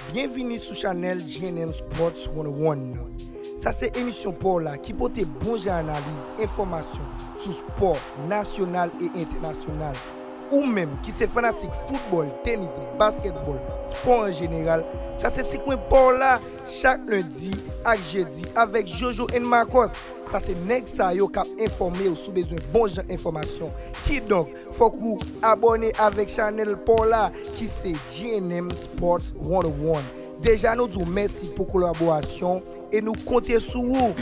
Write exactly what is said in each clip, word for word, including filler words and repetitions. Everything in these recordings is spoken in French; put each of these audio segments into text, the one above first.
Bienvenue sur Channel J N M Sports cent un. Ça c'est émission pour là qui porte bon analyse, information sur sport national et international. Ou même qui c'est fanatique football, tennis, basketball, sport en général. Ça c'est petit coin pour là chaque lundi et jeudi avec Jojo et Marcos. Ça c'est nèg sa yo k'ap informer ou sous besoin bon genre information. Qui donc faut que vous abonnez avec channel pour là qui c'est J N M Sports cent un. Déjà nous disons merci pour collaboration et nous comptons sur vous.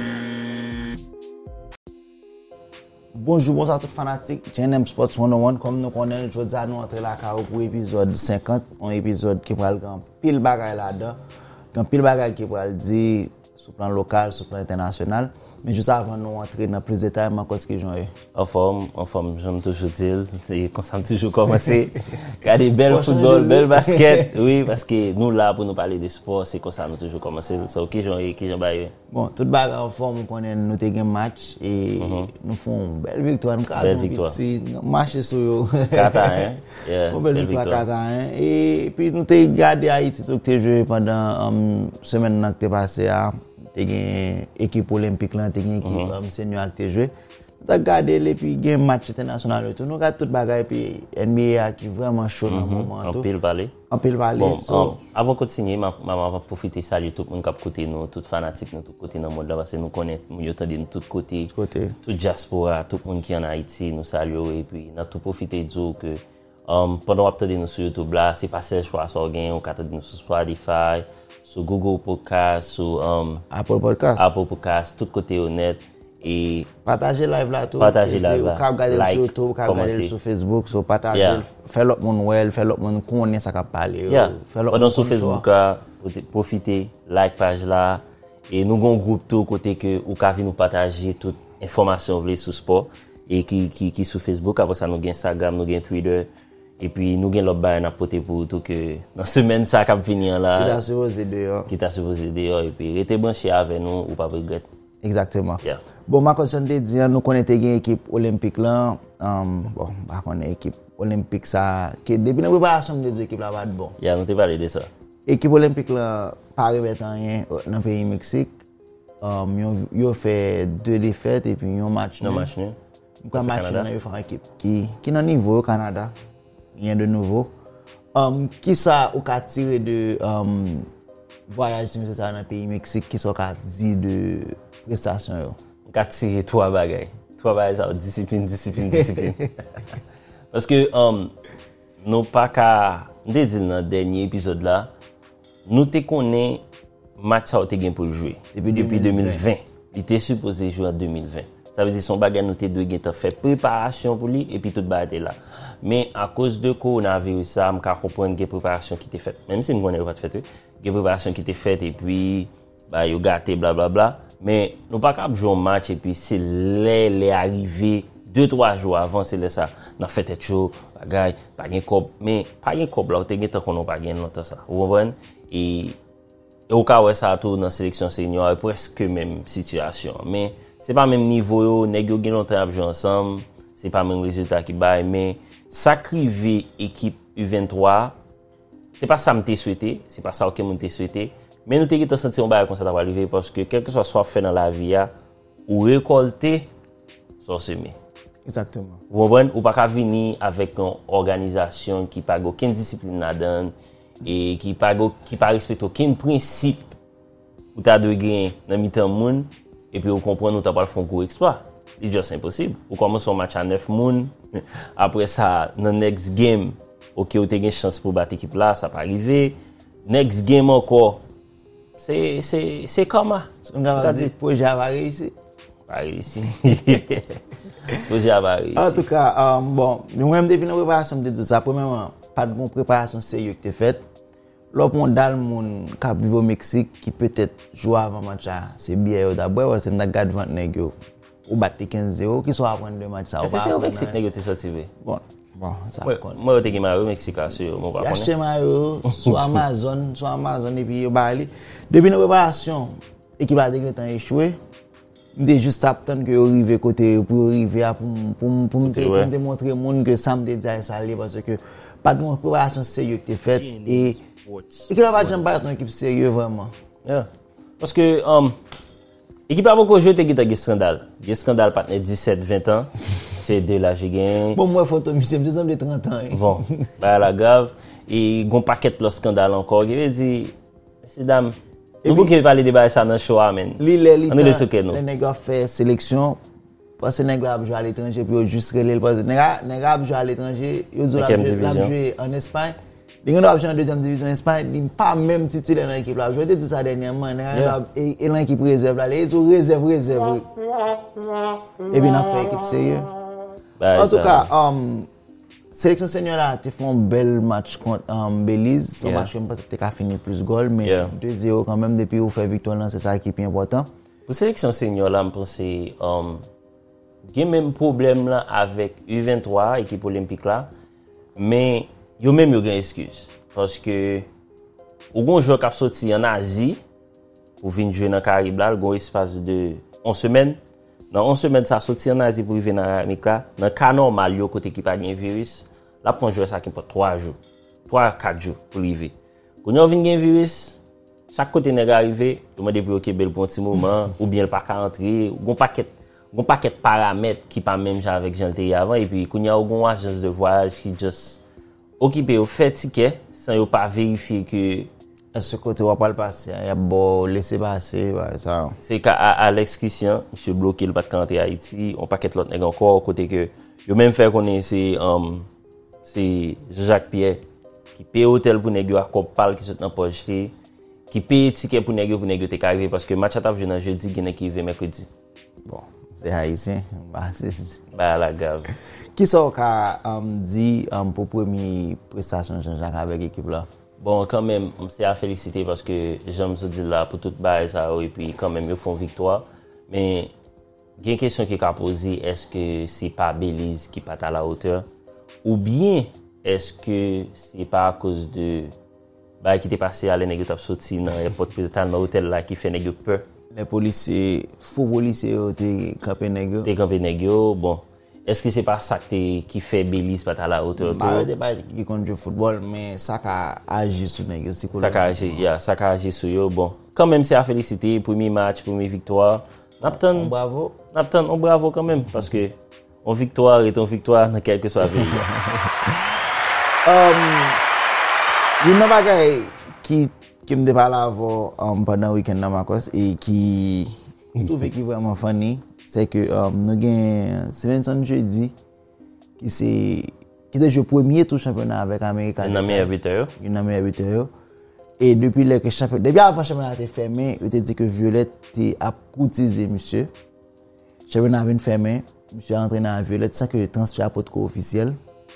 Bonjour, bonsoir tout fanatique J N M Sports cent un. Comme nous connaissons, aujourd'hui nous entrons la carreau pour l'épisode cinquante, un épisode qui va grand pile bagaille là-dedans. Grand pile bagaille qui va dire sur plan local, sur plan international. Mais juste avant nous entrer dans plus de détails, qu'est-ce que j'en ai? En forme, en forme, j'aime toujours dire, c'est comme ça toujours commencer. Regarder bel football, bel basket, oui, parce que nous là pour nous parler de sport, c'est comme ça nous toujours commencer. So, qui j'en ai, qui j'en ai? Bon, tout bagarre en forme, nous connaissons nous avons un match et mm-hmm. nous faisons une belle victoire, nous belle victoire. Marcher sur eux. quatre à un. Yeah, une belle victoire quatre à un. Et puis nous avons gardé Haïti, qui a joué pendant une um, semaine qui est passée à t'es une équipe olympique là, t'es une équipe mm-hmm. um, senior qui joué. T'as gardé les puis game match international tout. Nous regarde toute bagaille puis N B A qui vraiment chaud dans le moment en pile parler. En pile parler. Bon, so, um, avant de continuer, ma maman va profiter saluer tout le monde qui a côté nous, tout fanatique nous, tout côté dans le monde là parce que nous connaissons, nous entendons de tout côté, côté, tout diaspora, tout le monde qui est en Haïti, nous saluons et puis nous tout profiter de dire que um, pendant qu'on attend nous sur YouTube là, c'est pas seul choix sur gain, on attend nous sur Spotify, sur Google Podcast, sur um, Apple Podcast, Apple Podcast, tout côté honnête. Et partager live là tout partager live là vous regarder like, sur YouTube, vous regarder sur Facebook, sur partager yeah. Faire l'autre monde well, faire l'autre monde connaît ça qu'a parler yeah. Faire l'autre pendant sur Facebook là profiter like page là et nous gon groupe tout côté que ou ka vi nous partager toute information vle sur sport et qui qui qui sur Facebook après ça nous gain Instagram nous gain Twitter et puis nous gain l'autre bail n'a porter pour tout que dans semaine ça qu'a venir là qui t'a supposé dehors qui t'a supposé dehors et puis rester branché avec nous ou pas regret. Exactement. Yeah. Bon, ma question de dire, nous connaissons une équipe olympique là, um, bon, bah on est équipe olympique ça, qui depuis la préparation de deux équipes là va de bon. Yeah, nous t'ai parlé de ça. Équipe olympique là, pas arrivé tant rien dans le pays Mexique, um, ils ont fait deux défaites et puis un match. Un match nul. Un match nul, ils font une équipe qui qui dans niveau au Canada, rien de nouveau. Um, qui ça ou qu'a tiré de um, voyage dans le pays Mexique, qui sont qu'a dit de prestation yo. Qu'a tiré trois bagages. Trois bagages ça discipline, discipline, discipline. Parce que um, nous pas qu'à nous dit dans dernier épisode là, nous te connaît match ça te gain pour jouer depuis, depuis deux mille vingt. Il était supposé jouer en deux mille vingt. Ça veut dire son bagage nous te doit gain fait préparation pour lui et puis tout bagage là. Mais à cause de coronavirus ça, me comprendre que préparation qui était faite. Même si nous connaît pas fait, que préparation qui était faite et puis bah yo gâté bla bla bla. Mais nous pas capable jouer un match et puis c'est les les arrivé deux trois jours avant c'est là ça n'a fait tête chaud bagaille pas gain cop mais pas gain cop là tu gain tant qu'on pas gain longtemps ça vous comprenez et et au cas où ça tout dans sélection senior presque même situation mais c'est pas même niveau yo nèg yo gain longtemps à jouer ensemble c'est pas même résultat qui bail mais sacrifier équipe U vingt-trois c'est pas ça me t'ai souhaité c'est pas ça que me t'ai souhaité. Mais nous t'ai senti on bail comme ça va arriver parce que quel que soit soit fait dans la vie ou récolter soit semer. Exactement. Vous comprenez ou pas qu'à venir avec une organisation qui pas aucune discipline là-dedans et qui pas qui pas respecte aucun principe ou t'as de gain dans mi-temps monde et puis vous comprenez nous t'as pas faire un gros exploit. C'est juste impossible. Ou commence un match à neuf monde après ça dans next game OK ou t'as une chance pour battre équipe là ça pas arriver. Next game encore c'est c'est c'est comment on va dire projet va réussir va réussir projet va réussir en tout cas um, bon nous même depuis la préparation de tout ça premièrement pas de bonne préparation sérieuse qui était faite l'autre mondial mon cap vivre au Mexique qui peut-être jouer avant match c'est bien d'abord parce que n'a garde vingt nèg yo ou battre quinze zéro qui soit après deux matchs ça va c'est au Mexique nèg yo t'es sorti bon bon ça compte moi j'étais au Mexique sur mon pas acheter maillot sur Amazon sur Amazon et puis yo bali depuis la préparation équipe a déjà temps échoué m'était juste attendre que arriver côté pour arriver pour pour pour me démontrer monde que ça me dit ça aller parce que pas de préparation sérieuse qui est faite et et qui n'a pas jamais battre une équipe sérieuse vraiment. Yeah. Parce que um, l'équipe a beaucoup joué, t'es un scandale. Il scandale pas dix-sept vingt ans. C'est de là j'ai gagné. Bon moi photo monsieur, je suis de trente ans. Bon, bah la grave et gon paquet de scandale encore. Il veut dire c'est dame. Nous pouvons pas parler de débat ça dans show amen. Li le li. On est les que nous. Les nègres fait sélection parce que nègres jouent à l'étranger puis juste relé parce que nègres nègres jouent à l'étranger, ils ont joué en Espagne. Les gars jouent en deuxième division en Espagne, ils pas même titulaire dans l'équipe là. Je te dis ça dernièrement, et et l'équipe réserve là, ils ont réserve réserve. Et bien on fait équipe sérieux. En tout cas, um, sélection senior là, tu fais un bel match contre um, Belize. Son yeah. match, je pense que tu as fini plus goal, mais yeah. deux zéro quand même depuis où fait victoire là, c'est ça qui est plus important. Pour sélection senior là, je pense que um, il y a même problème là avec U vingt-trois, équipe olympique là, mais il y a même une excuse. Parce que, au grand joueur qui a sorti en Asie, pour venir jouer dans le Caraïbe là, il y a un espace de onze semaines. Dans onze semaines, ça a sorti en Asie pour venir dans l'Amérique là. Dans le cas normal, il y a côté qui n'a pas de virus. Là, pour jouer ça qui prend trois jours. trois à quatre jours pour arriver. Quand on vient un virus, chaque côté n'est arrivé, on m'a dit pour qu'il pour un petit moment, ou bien le pas qu'à entrer, ou un paquet, un paquet de paramètres qui pas même avec Jean le avant, et puis quand il y a une agence de voyage qui juste occupé au fait ticket, sans pas vérifier que à ce côté, on va pas le passer. Il y a beau laisser passer. Bah, ça. C'est qu'à Alex Christian, monsieur bloqué le pas de canter Haïti, on paquet l'autre nèg encore côté que yo même fait connaître c'est um, c'est Jacques Pierre qui paye hôtel pour nèg à cop parle qui sont dans poche qui paye ticket pour nèg pour nèg te arriver parce que match à table jeudi jeudi qui qui arrivé mercredi. Bon, c'est haïtien. Bah c'est bah la grave. Qui sont qu'a um, dit um, pour première prestation Jean-Jacques avec l'équipe là? Bon, quand même, c'est à féliciter parce que j'aime se dire là pour toute base ça et puis quand même ils font victoire. Mais il y a une question qui est posée, est-ce que c'est pas Belize qui pas à la hauteur ou bien est-ce que c'est pas à cause de bah qui était passé à l'ennemi qui a sorti dans l'aéroport dans l'hôtel là qui fait nèg peur. Les policiers, faux policiers étaient campé nèg. T'es campé nèg bon. Est-ce que c'est pas ça qui fait Belize pas à la hauteur? Bah, c'est pas qui compte le football, mais ça a agi sur nèg aussi. Ça a agi, yeah, ça a agi sur eux. Bon, quand même c'est à féliciter, premier match, première victoire. Napton, bravo. Napton, on bravo quand même parce que on victoire et ton victoire dans quel que soit le pays. um, une bagaille qui qui me déparle avant um, pendant le week-end dans Marcos et qui trouve qui vraiment funny. C'est que um, nous avons Stevenson jeudi qui c'est qui a joué premier tout championnat avec Américain. Une meilleure buteur. Une meilleure buteur. Et depuis le championnat depuis avant le championnat était fermé, il te dit que Violette était à courtiser monsieur. Le championnat avait fermé, monsieur a entraîné à Violette sans que le transfert à pot officiel.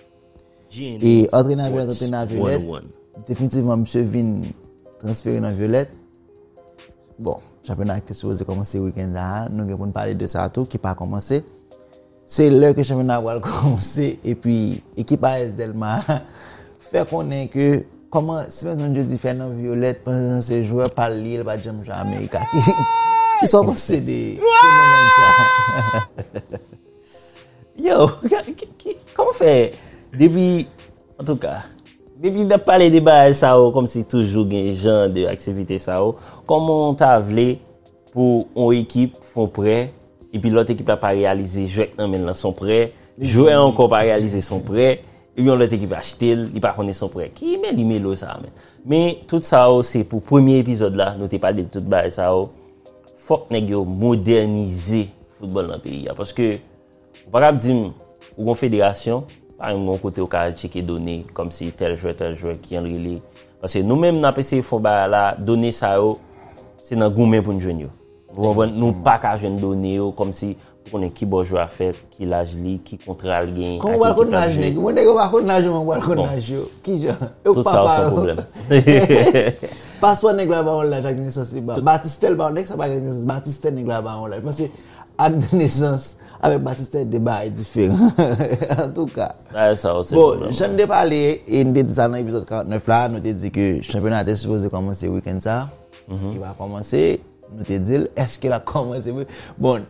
Et entraîné à Violette, entraîné à Violette. Définitivement monsieur vient transférer dans Violette. Bon, le championnat était supposé commencer le week-end là, nous allons parler de ça tout qui pas commencé. C'est l'heure que le championnat va commencer et puis l'équipe A S Delma fait connaître que comment Stevenson jeudi fait dans Violette pendant ces joueurs par l'île pas jamais jouer Américain qui sont passés des phénomènes ça. Yo, comment fait depuis en tout cas depuis de parler de bail ça comme si toujours un genre de activité ça comment t'as voulu pour une équipe font prêt et puis l'autre équipe a pas réalisé jouer maintenant son prêt jouer encore pas réaliser son prêt et puis l'autre équipe acheter il pas connaît son prêt qui met limelo ça mais tout ça c'est pour premier épisode là nous t'ai pas de tout bail ça faut que nèg yo moderniser football dans pays parce que on pas dire ou une fédération par un côté au cas checker données comme si tel joueur tel joueur qui en relé parce que nous même n'a essayé font ba la donner ça c'est dans gourmet pour nous joindre nous pas qu'à joindre données comme si on est qui bon joueur fait qui l'âge li qui contrat gain comment va connaître nèg on nèg va connaître on va connaître qui je tout ça sans problème passeport nèg là ba on la Jacques naissance ba Baptiste ba nèg ça pas Baptiste nèg là ba on la parce que acte de naissance avec Baptiste débat est différent en tout cas ah, ça aussi bon j'en ai parlé et on dit ça dans l'épisode quarante-neuf là nous t'ai dit que le championnat était supposé commencer week-end ça mm-hmm. il va commencer nous t'ai dit est-ce qu'il a commencé bon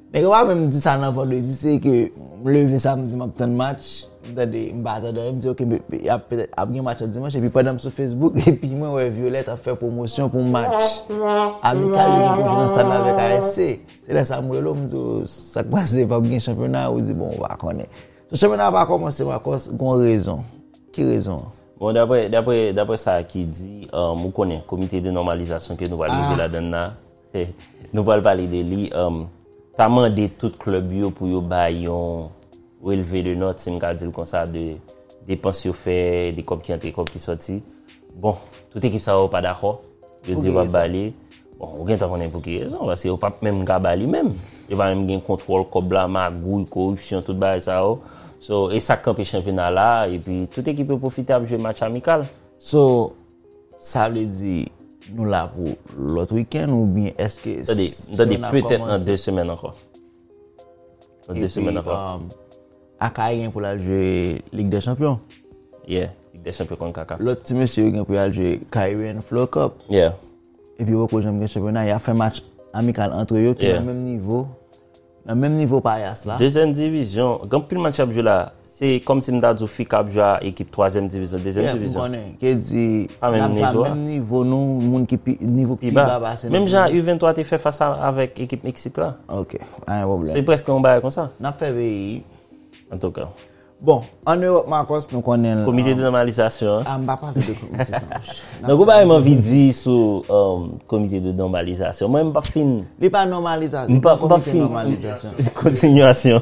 Mais quand même dit ça dans vendredi c'est que me lever samedi m'a ton match de me battre de me dire OK il y a peut-être a bien match dimanche et puis pendant sur Facebook et puis moi ouais Violette a fait promotion pour match amical qui joue dans stade avec A S C. C'est là ça moi là me dit ça passé pas bien championnat ou dit bon on va connaître. Ce championnat va commencer à cause gon raison. Qui raison? Bon, d'après, d'après, d'après ça qui dit, euh, nous connaissons le comité de normalisation que nous allons ah. la donner. Nous allons parler de lui. Euh, tu as demandé tout club yo pour yo bayon relever de note, si je dis comme ça, de dépenses fait, des copes qui entrent, des copes qui sortent. Bon, toute équipe ça va pas d'accord. Je dis va baler. Bon, on gagne connaît pour quelle raison parce que pas même gabali même. Il va même gain contrôle comme la magouille, corruption tout bail ça. So, et ça campe championnat là et puis toute équipe peut profiter à jouer match amical. So ça veut dire nous là pour l'autre week-end ou bien est-ce que c'est si peut-être dans deux semaines encore. Dans deux semaines encore. Um, à Kayen pour la jouer Ligue des Champions. Yeah, Ligue des Champions contre Kaka. L'autre petit monsieur qui pour la jouer Caribbean Flow Cup. Yeah. Et puis beaucoup j'aime le championnat, il a fait match amical entre eux qui yeah. Au même niveau. Dans le même niveau par là. Deuxième division, quand plus le match a joué là, c'est comme si m'da dit Fika a joué équipe troisième division, deuxième yeah, division. Qui dit pas même niveau. Même niveau nous monde qui niveau plus bas c'est même Jean U vingt-trois t'es fait face avec équipe Mexique là. OK, pas un problème. C'est presque un bail comme ça. N'a fait pays en tout cas. Bon, en Europe Marcos nous connaissons comité de normalisation. Ah, m'pa parler de comité ça. Donc on va envie dire sur comité de normalisation. Moi même pas fin. Il pas normalisation. Pas pas fin normalisation. Continuation.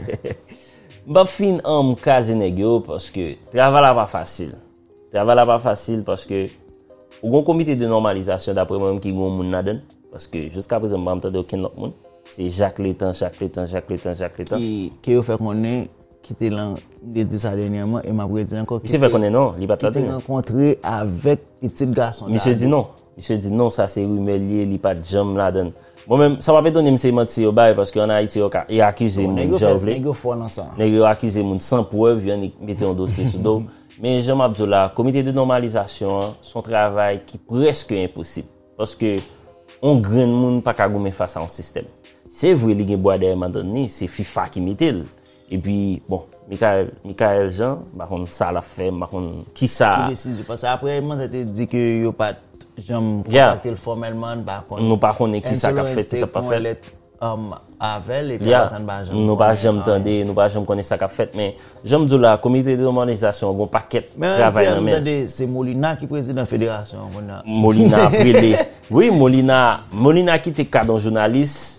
Pas fin en case négio parce que travail pas facile. Travail pas facile parce que au comité de normalisation d'après moi même qui gon moun là-dedans parce que jusqu'à présent m'pa entendre aucun autre monde. C'est Jacques Létan, Jacques Létan, Jacques Létan, Jacques Létan qui qui fait connaître qui était là dit ça dernièrement et m'a dit encore qu'il fait connaître non il pas là rencontré avec petit garçon monsieur dit non monsieur dit non ça c'est rumeur lié il pas jam là-dedans moi même ça va pas donner monsieur mentir au bail parce qu'en Haïti il a accusé mon Janvier nèg fort dans ça nèg accusé mon sans preuve vient mettre un dossier sous dos mais Jean Abdoula comité de normalisation son travail qui presque impossible parce que on grand monde pas ka gommer face à un système c'est vrai li gen bois derrière maintenant c'est FIFA qui mettait. Et puis, bon, Michael, Michael Jean, par contre, ça l'a fait, par contre, qui ça... Parce qu'après, moi, ça te dit que il n'y a pas de contacté formellement, par contre... Nous, par contre, qui ça a fait, qui ça pas fait. Avec, et puis, ça ne va jamais... Nous, pas jamais entendre, nous, pas jamais connaître ça qu'a fait, mais j'aime dire la comité de normalisation, un paquet de travail. Mais c'est Molina qui préside la fédération. Molina, après, oui, Molina, Molina qui était cadre journaliste...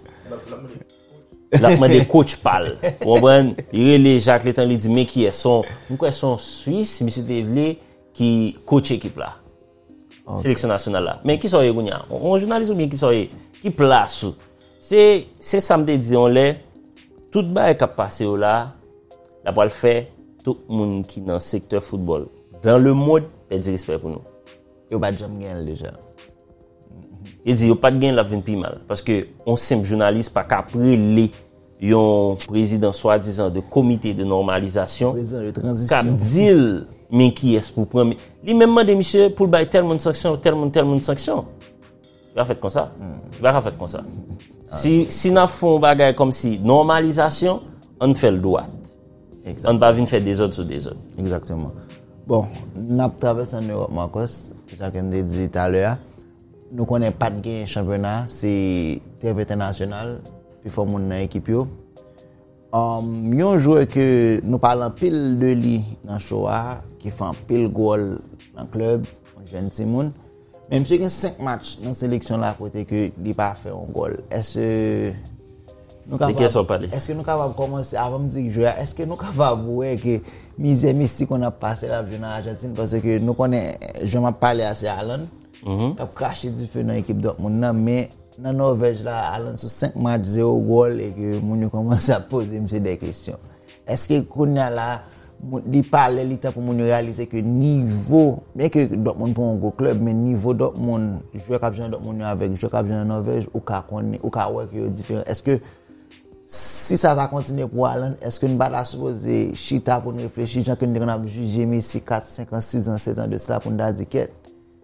Là demandé coach parle comprendre il les Jacques Létan lui dit mais qui est son quoi son Suisse monsieur Devlé qui coach équipe là okay. Sélection nationale là mais qui sont eux on journaliste ou bien qui sont eux qui place c'est c'est ça me dit on les tout bail qui a passé là la va le faire tout monde qui dans secteur football dans le monde perd respect pour nous yo pas jamais gagner déjà. Il dit, il n'y a pas de gain la vie plus mal. Parce que on simple journaliste, pas qu'après les un président soi-disant de comité de normalisation, président de transition, qui dit, mais qui est pour prendre. Il même demandé, monsieur, pour bailler tellement de sanctions, tellement, tellement de sanctions. Il va faire comme ça. Il va faire comme ça. Si, si nous faisons un bagage comme si normalisation, on fait le droit. On ne va pas venir faire des autres sur des autres. Exactement. Bon, nous avons traversé en Europe, Marcos, chacun me dit tout à l'heure. Nous ne connaissons pas de gain championnat, c'est T V international, puis il faut mon équipe. Il um, y a un joueur que nous parlons pile de lui dans le show, qui fait un pile goal dans le club, un jeune Simon. Même si il y a cinq matchs dans la sélection là, côté que il n'a pas fait un goal. Est-ce que nous capables Est-ce que nous capables de commencer avant de dire joueur, est-ce que nous capables de voir que misère mystique qu'on a passé la vie en Argentine parce que nous connaissons, je m'en parlé assez à Alan. Mm-hmm. Qui a craché du feu dans l'équipe Dortmund, mais dans Norvège, là, Alan sur cinq matchs, zéro goal, et que nous commençons à poser des questions. Est-ce que qu'on a là, il parle l'état pour nous réaliser que niveau, bien que Dortmund pour un gros club, mais niveau Dortmund, joueur capitaine Dortmund avec joueur capitaine de Norvège, ou qu'à connaître, ou qu'à voir qu'il est différent. Est-ce que si ça va continuer pour Alan, est-ce que nous va supposer chita pour nous réfléchir, gens que nous avons jugé Messi quatre, cinq ans, six ans, sept ans de cela pour nous dire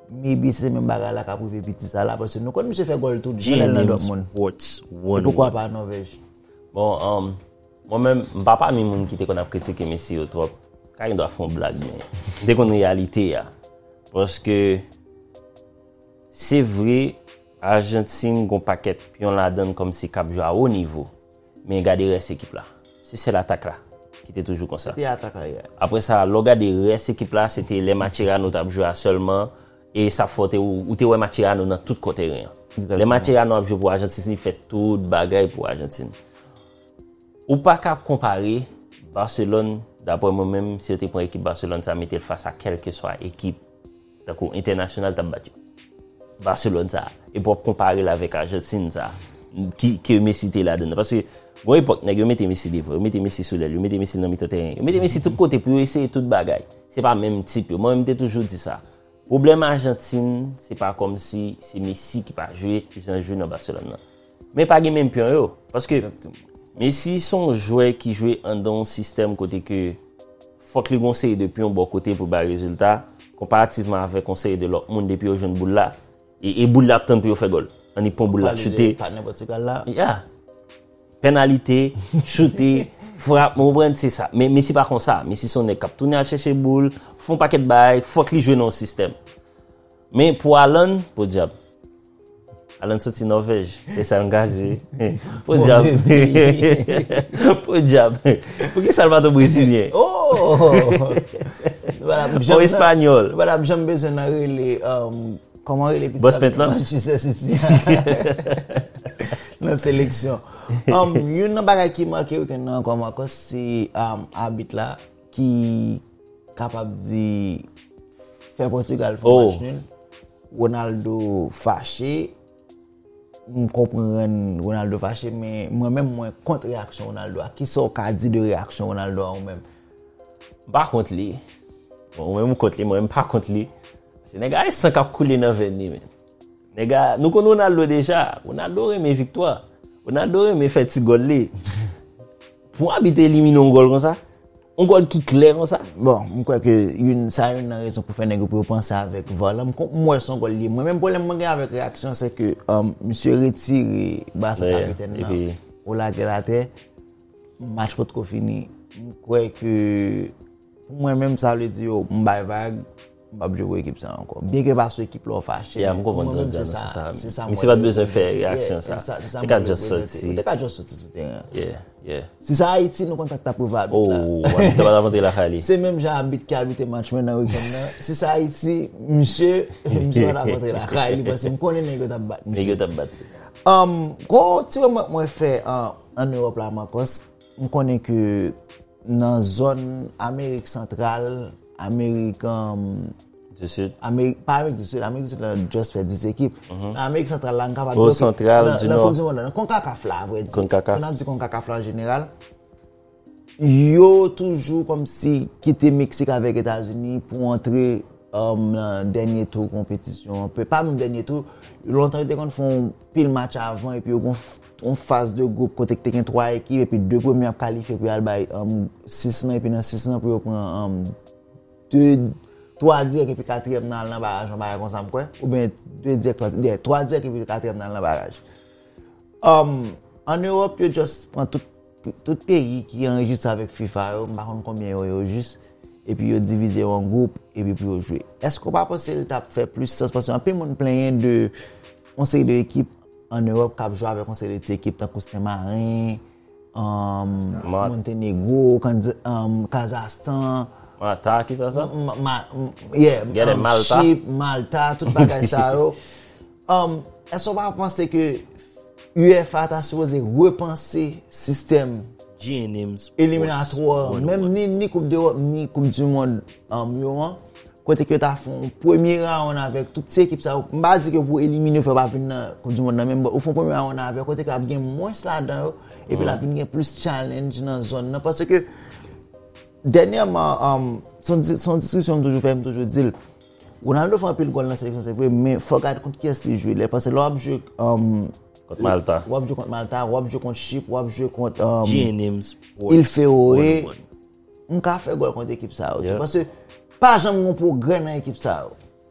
maybe c'est même bagarre là qu'a prouvé petit ça là parce que nous quand monsieur fait goal tout J N M Sports one. Pourquoi pas Norvège? Bon, um, moi-même, je ne pas parmi les gens qui ont critiqué Messi trop, car il doit faire une blague, mais dès qu'on est réalité, parce que c'est vrai, Argentine a un paquet, puis on la donne comme si cap joue à haut niveau, mais regardez cette équipe là, c'est l'attaque là qui était toujours comme ça. Après ça, le gars de cette équipe là, c'était les Mascherano qui joué seulement, et ça faute ou ou te ouais Mascherano dans tout côté rien. Les Mascherano qui joué pour Argentine, il fait tout bagaille pour Argentine. Ou pas qu'à comparer Barcelone, d'après moi-même, si c'était pour l'équipe Barcelone, ça mettait face à quelle que soit équipe internationale qui a battu. Barcelone, ça. Et pour comparer avec Argentine, ça, qui, qui Messi était là-dedans. Parce que, bon, époque, vous mettez Messi devant, vous mettez Messi sur l'aile, vous mettez Messi dans le terrain, vous mettez Messi de tous côtés pour essayer toute bagaille. C'est pas le même type. Moi-même, j'ai toujours dit ça. Le problème Argentine, c'est pas comme si c'est Messi qui pas joué, ils ont joué dans Barcelone. Mais pas le même pion, parce que. Exactement. Mais si son joueur qui joue dans un système côté que faut que le conseil depuis un bon côté pour bas résultat comparativement avec conseil de l'autre monde depuis au jeune boule là et et boule là tant pour faire goal. On y prend boule là shooter. Pas n'importe quel là. Yeah. Pénalité, shooter, frappe, mon brand c'est ça. Mais mais c'est pas comme ça. Mais si son est cap tourner à chercher boule, font paquet de bail, faut que lui joue dans le système. Mais pour Alan, pour diable Alan sorti Norvège, et ça engagé. Pour diable. Pour diable. Pour qui Salvador brésilien? Oh! Voilà, en espagnol. Voilà, j'aime besoin de les comment les petits Boss Pentland Manchester City. Dans sélection. Um, une bagage qui marque que non comme encore c'est um habit là qui capable de faire Portugal pour oh. match nul. Ronaldo fâché. Je comprends Ronaldo fâché, mais moi-même, moi, contre réaction Ronaldo. Qui sont qu'a dit de réaction Ronaldo ou même? Pas contre lui. Moi-même contre lui, moi-même pas contre lui. C'est les gars, ils sont cap couler dans venir. Les gars, nous connaissons Ronaldo déjà. Ronaldo aime victoire. Ronaldo aime faire petit goal là. Pour habiter éliminer un goal comme ça. Un goal qui clair comme ça. Bon, je crois que une ça une raison pour faire pour penser avec voilà. Moi son goal lié. Moi même problème moi avec réaction c'est que um, monsieur retire Barça capitaine là. Au la la terre match pas trop fini. Je crois que moi même ça veut dire m'bay vague pas jouer équipe ça encore. Bien que parce que équipe là fâché. Yeah, je comprends c'est ça. C'est ça. Mais c'est pas besoin de faire réaction ça. C'est qu'à juste sortir. C'est qu'à juste sortir sur terrain. Yeah, yeah. Si ça Haïti nous contacte pour va. Oh, on va inventer la Khali. C'est même j'ai habité qui habite match maintenant week-end là. Si ça Haïti, monsieur, monsieur va inventer la Khali parce que me connais nèg t'a battre. Nèg t'a battre. Um, quand tu vois moi fait en en Europe là Marcos, on connaît que dans zone Amérique centrale, Amérique du Sud. Amérique, pas Amérique du Sud, Amérique du Sud a juste fait dix équipes. Mm-hmm. Amérique centrale, là, on capable de dire. Centrale, du Nord. La CONCACAF là, vrai dire. CONCACAF. On a dit CONCACAF là en général. Yo toujours comme si quitter Mexique avec États-Unis pour entrer um, dans le dernier tour compétition. Pas même dernier tour. Longtemps, ils font pile match avant et puis on phase de groupe côté que tu as trois équipes et puis deux premières qualifiées puis aller um, six ans et puis dans six ans pour prendre um, deux trois directs et puis quatrième dans le barrage on va comme ça quoi ou bien deux directs trois directs et puis quatrième dans le barrage. Um, en Europe, je juste prend tout tout pays qui enregistre avec FIFA, je ne sais pas combien yo juste et puis yo diviser en groupe et puis yo jouer. Est-ce qu'on pas penser le t'a fait plus ça parce qu'un peu monde plein de conseil de équipe en Europe qui joue avec conseil de équipe tant que Saint-Marin, um, Monténégro, um, Kazakhstan. Malta, qui ça ça? Ma, ma, yeah, um, Malta. Chypre, Malta, tout bagay ça yo. Um, est-ce qu'on va penser que U E F A t'a supposé repenser système J N M éliminatoire, même ni ni Coupe d'Europe ni Coupe du Monde en um, côté que t'as fait un premier round avec toutes ces équipes ça pas dire que pour éliminer faut pas venir Coupe du Monde même au fond premier round avec côté que a bien moins là-dedans et puis la venir plus challenge dans zone parce que dernièrement um, son son discussion toujours fait toujours dire Ronaldo fait un peu le goal dans la sélection c'est vrai mais faut regarder contre qui est-ce qu'il joue parce que là joue um, contre Malta. Ou joue contre Malta, ou joue contre Chypre, ou joue contre um, J N M Sports. Il fait ouais. On ka fait goal contre équipe ça. Yeah. Parce que pas jamais on progrès dans équipe ça.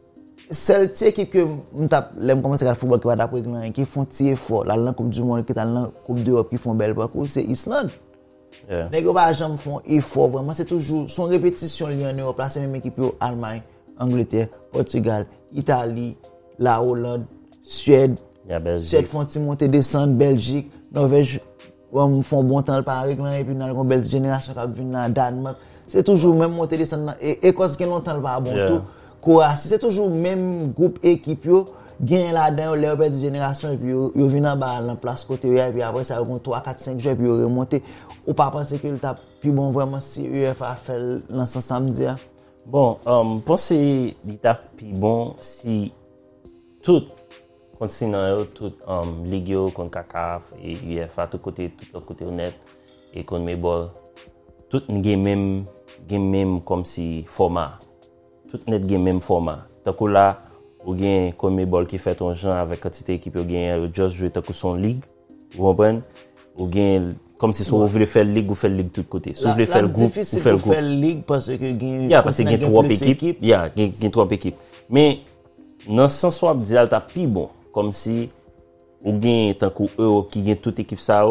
seul ti équipe que m'tap l'aime commencer à football qui va d'après grand qui font ti effort là dans coupe du monde qui dans coupe d'Europe qui font belle parcours c'est Islande. Yeah. Nèg ba jamais font effort vraiment c'est toujours son répétition li en Europe là c'est même équipe yo Allemagne, Angleterre, Portugal, Italie, la Hollande, Suède. Yeah, Belgique. Suède font ti monter descendre Belgique, Norvège on font bon temps par exemple et puis dans la belle génération qui vient dans Danemark, c'est toujours même monter descendre et Écosse qui longtemps pas bon Yeah. tout. Croatie c'est toujours même groupe équipe yo gagne là-dedans les belle génération et puis yo vinn en bas en place côté et puis après ça vont trois quatre cinq joueurs puis yo remonter ou pas penser que le t'a plus bon vraiment si U E F A fait dans ce samedi. Bon, um, pensez l'état plus bon si tout continent, tout um, ligue, contre C A C A F et U E F A, tout côté, tout côté honnête et contre mes balles, tout game même, game même comme si format, tout net game même format. Tant que là, ou gain comme mes balles qui fait ton genre avec quantité équipe, ou gain just jouer tant que son ligue, vous comprenez? Ou gain comme si vous voulez faire ligue ou faire ligue tout côté. Si vous voulez faire le groupe, vous faites le groupe. Faire ligue parce que gain yeah, parce que gain trois équipes, yeah, gain gain trois équipes. Mais dans ce sens où dit alta plus bon comme si ou gain tant que Europe qui gain toute équipe ça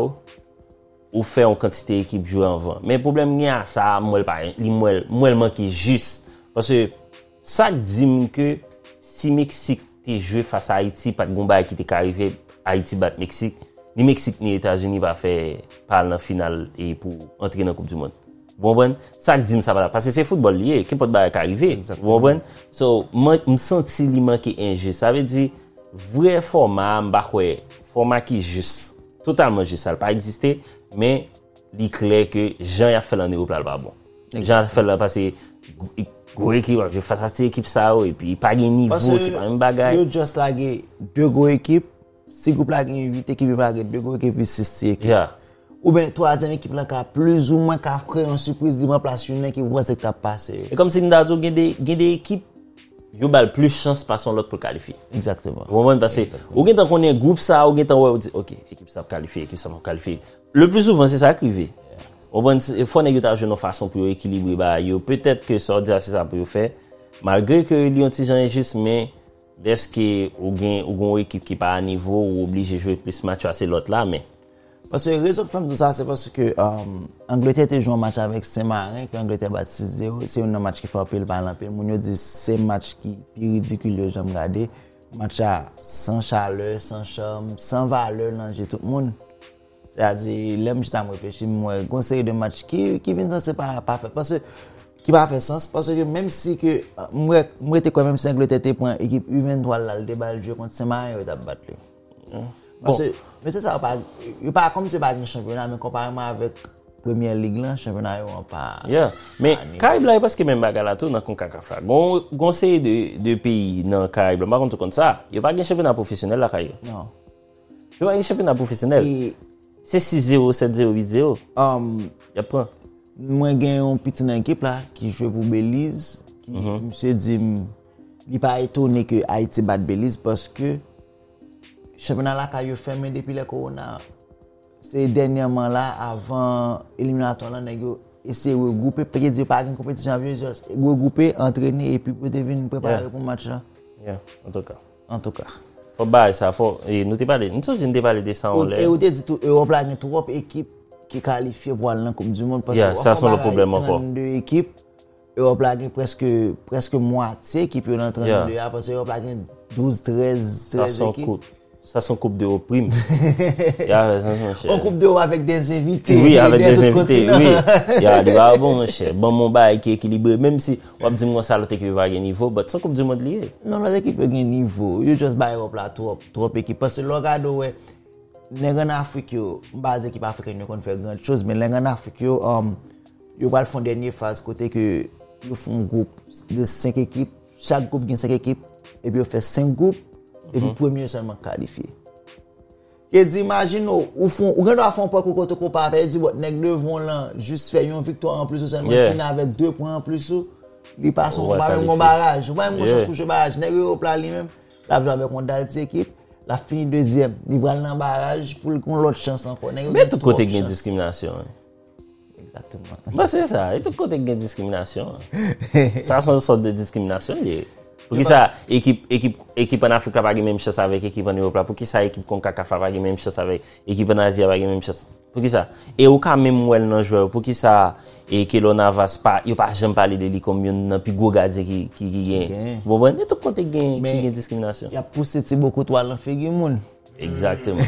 ou fait en quantité équipe jouer en vent. Mais problème y a ça moi pas li moi moi manque juste parce que ça dit que si Mexique t'es joué face à Haïti pas de combat qui t'est arrivé Haïti bat Mexique ni Mexique ni États-Unis va faire par la finale et pour entrer dans la Coupe du Monde. Vous comprenez? Ça dit ça va parce que c'est football lié, qui peut pas arriver. Vous comprenez? So, moi me senti li manquer injuste. Ça veut dire vrai format m'ba ouais, format qui juste, totalement juste ça pas exister, mais il clair que Jean a fait en Europe là pas bon. Jean a fait là parce que gros équipe, je fais ça équipe ça et puis pas gain niveau, c'est pas même bagaille. You just like deux gros équipes. Si groupe là gagne huit équipes pas deux gros équipes puis six équipes. Yeah. Ou bien troisième équipe là qui a plus ou moins qui a créé une surprise de remplacer une qui voit ce que t'as passé. Et comme si m'dado gagne des gagne des équipes yo bal plus chance passer l'autre pour qualifier. Exactement. Vous comprenez parce que ou gagne tant qu'on est groupe ça ou gagne tant ouais OK, équipe ça qualifier, équipe ça pas qualifier. Le plus souvent c'est ça qui arrive. On va il faut négocier jouer une façon pour équilibrer ba yo peut-être que ça dire c'est ça pour faire malgré que li un petit gens injuste mais est-ce que ou gagne ou une équipe qui pas à niveau ou obligé jouer plus match c'est l'autre là mais parce que la raison que fait tout ça c'est parce que um, Angleterre a joué un match avec Saint-Marin que Angleterre bat six zéro c'est un match qui fait appeler par l'empile mon yo dit c'est match qui plus ridicule j'aime regarder match à sans chaleur sans charme sans valeur dans jeu tout le monde c'est-à-dire l'aime juste à me réfléchir moi conseil de match qui qui vient c'est pas pas fait parce que qui va faire sens parce que même si que moi moi était quand même si Angleterre était prend équipe U vingt-trois là le débat le jeu contre Saint-Marin il a battu parce que mais c'est ça pas il pas comme c'est pas un championnat mais comparément avec Première Ligue là championnat on pas yeah mais Caraïbes là parce que même bagarre là tout dans CONCACAF là gon gon c'est de de pays dans Caraïbes par contre comme ça il y a pas un championnat professionnel là Caraïbes non il y a pas un championnat professionnel et c'est six zéro sept zéro huit zéro um y a pas moi gagne un petit dans équipe là qui joue pour Belize qui mm-hmm. monsieur dit il pas étonné que Haïti bat Belize parce que championnat là qu'a eu fermé depuis le corona c'est dernièrement là avant éliminatoire là nèg essayer regrouper peut-être dire pas une compétition avec juste regrouper entraîner et puis pour devenir préparer yeah. pour match là yeah en tout cas en tout cas faut bailler ça faut et nous t'ai parlé nous t'ai pas parlé de ça en l'air et on dit tout Europe là gagne trop équipe qui qualifié pour aller dans Coupe du monde parce yeah, que ça c'est le problème encore deux équipes Europe là gagne presque presque moitié qui peut dans trente-deux yeah. parce que Europe là gagne douze treize treize équipes coupe. Ça sont coupe de prime. yeah, on coupe de avec des invités. Oui, avec des, des invités. Oui. Il y a des bah bon mon cher. Bon mon bail qui est équilibré même si on dit moi ça l'autre équipe va gagner niveau, mais son coupe du monde lié. Non, l'autre équipe gagne niveau. You just buy up là trop trop équipe parce que le regarde ouais les en Afrique yo, base équipe africaine yo kon faire grand chose mais les en Afrique yo um yo va faire dernière phase côté que yo font un groupe de cinq équipes, chaque groupe gagne cinq équipes et puis on fait cinq groupes et puis premier seulement qualifié. Que dit imagine ou font ou gagne font pas côté ko pas perdu bon nèg devant là juste faire une victoire en plus seulement yeah. Finir avec deux points en plus il passe on va même barrage, ouais même chance pour jouer barrage nèg au plat lui même la jouer avec une autre équipe la fini deuxième il va dans barrage pour qu'on l'autre chance encore mais tout côté gagne discrimination exactement bah c'est ça et tout côté gagne discrimination ça c'est une sorte de discrimination lié Pour qui ça, équipe, équipe, équipe en Afrique n'a pas la même chance avec équipe en Europe là? Pour qui ça, équipe CONCACAF n'a pas la même chance avec équipe en Asie n'a pas la même chance? Pour qui ça? Et au cas même où elle n'a joué, pour qui ça, et que l'on Navas pas, il pas jamais parler de lui comme un plus gros gardien qui, qui, qui gagne. Bon, bon, tout côté gagne, qui gagne discrimination. Il a poussé beaucoup de toiles dans Figui Moun. Exactement.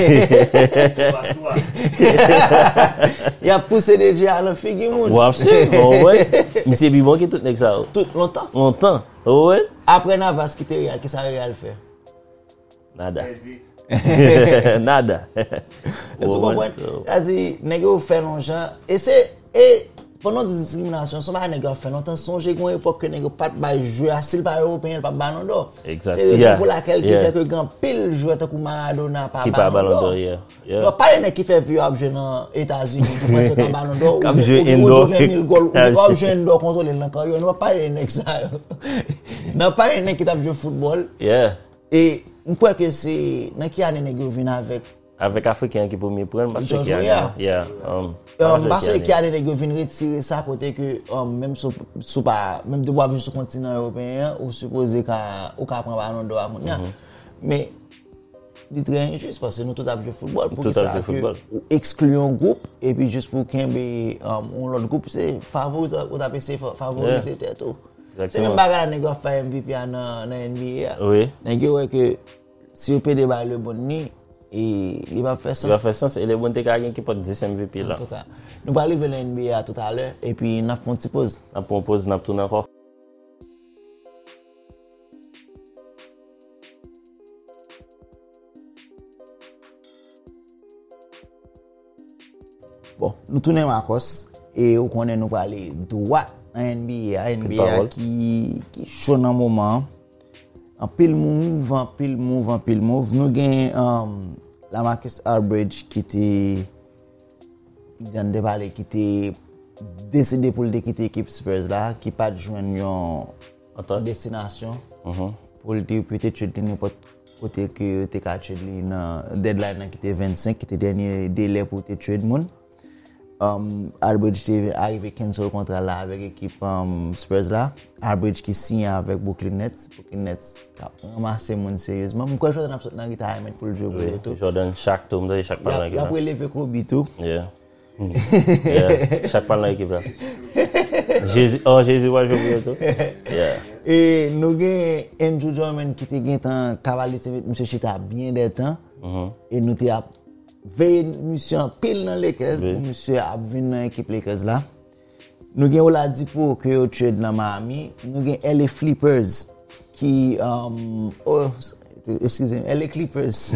Il a poussé déjà dans Figui Moun. Oui, absolument, ouais. Mais c'est plus bon que tout ça. Tout longtemps. Longtemps, ouais. Après Navas qui était Real, qu'est-ce que Real fait? Nada. Nada. Est-ce que vous comprenez? C'est-à-dire, nèg yo fait longtemps et c'est et pendant des discriminations, ça va nèg yo fait longtemps songer gon époque que nèg yo pas ba jouer asile par européen pas ballon d'or. Exact. C'est raison Yeah. pour laquelle qui Yeah. fait que grand pile joueur tant que Maradona pas Qui pas ballon ballon d'or. d'or, yeah. Yeah. Non pas les nèg qui fait vieux à jouer dans États-Unis qui pense que ballon d'or Comme jouer indoor. mille goals ou jouer indoor contrôler l'encore. Non pas les nèg ça. Non pas les nèg qui t'a joué football. Yeah. Et je crois que c'est dans qui année nèg yo vinn avec Avec Africain qui peut me prendre parce George qu'il y a Weah. yeah um Um, parce que a des nèg vinn retirer ça côté que um, même sous sous pas même de boire sur continent européen ou supposé qu'à ou qu'à prendre ballon d'or à mondial. Mais c'est très injuste parce que nous tout a joué football pour Tout que a ça joué football. que exclure un groupe et puis juste pour qu'un um, l'autre groupe c'est favoriser ou taper c'est favoriser tête tout. C'est même bagarre nèg a fait M V P dans dans N B A. Oui. Nèg ouais que si on peut déballer le bon ni et il va faire Il sens. va faire sens et les bons quelqu'un qui peut dix M V P là. En tout cas, nous allons arriver à l'N B A tout à l'heure et puis nous avons une petite pause. On propose n'a tourner encore. Bon, nous tournons Marcos et on connaît nous parler droit en N B A, N B A qui qui chaud dans moment. En pile move, en pile move, en pile move. Nous gagnons um, la Marcus Aldridge qui était dans de parler qui était décidé pour le quitter l'équipe Spurs là, qui pas joindre en destination. Mhm. Pour le dire peut-être que n'importe côté que tu as trade dans deadline qui était vingt-cinq qui était dernier délai pour te trade moun. Um, Aldridge est arrivé cancel contrat là avec l'équipe um, Spurs là. Aldridge qui signe avec Brooklyn Nets. Brooklyn Nets a ramassé moun sérieusement. Pourquoi Jordan a sorti dans retirement pour le jouer pour le tout. Jordan chaque tour de chaque pas dans l'équipe. Il a prélevé Kobe tout. Yeah. Yeah. Chaque pas dans l'équipe là. Jésus oh Jésus va jouer pour le tout. Yeah. Et nous avons Andrew Drummond qui était gain temps cavalier avec monsieur Chita bien des temps. Mhm. Et nous t'ai veille monsieur pile dans les caisses, monsieur a vinn dans l'équipe Lakers là. Nous avons Oladipo que au trade dans Miami, nous avons L A Flippers qui um, oh, excusez-moi, L A Clippers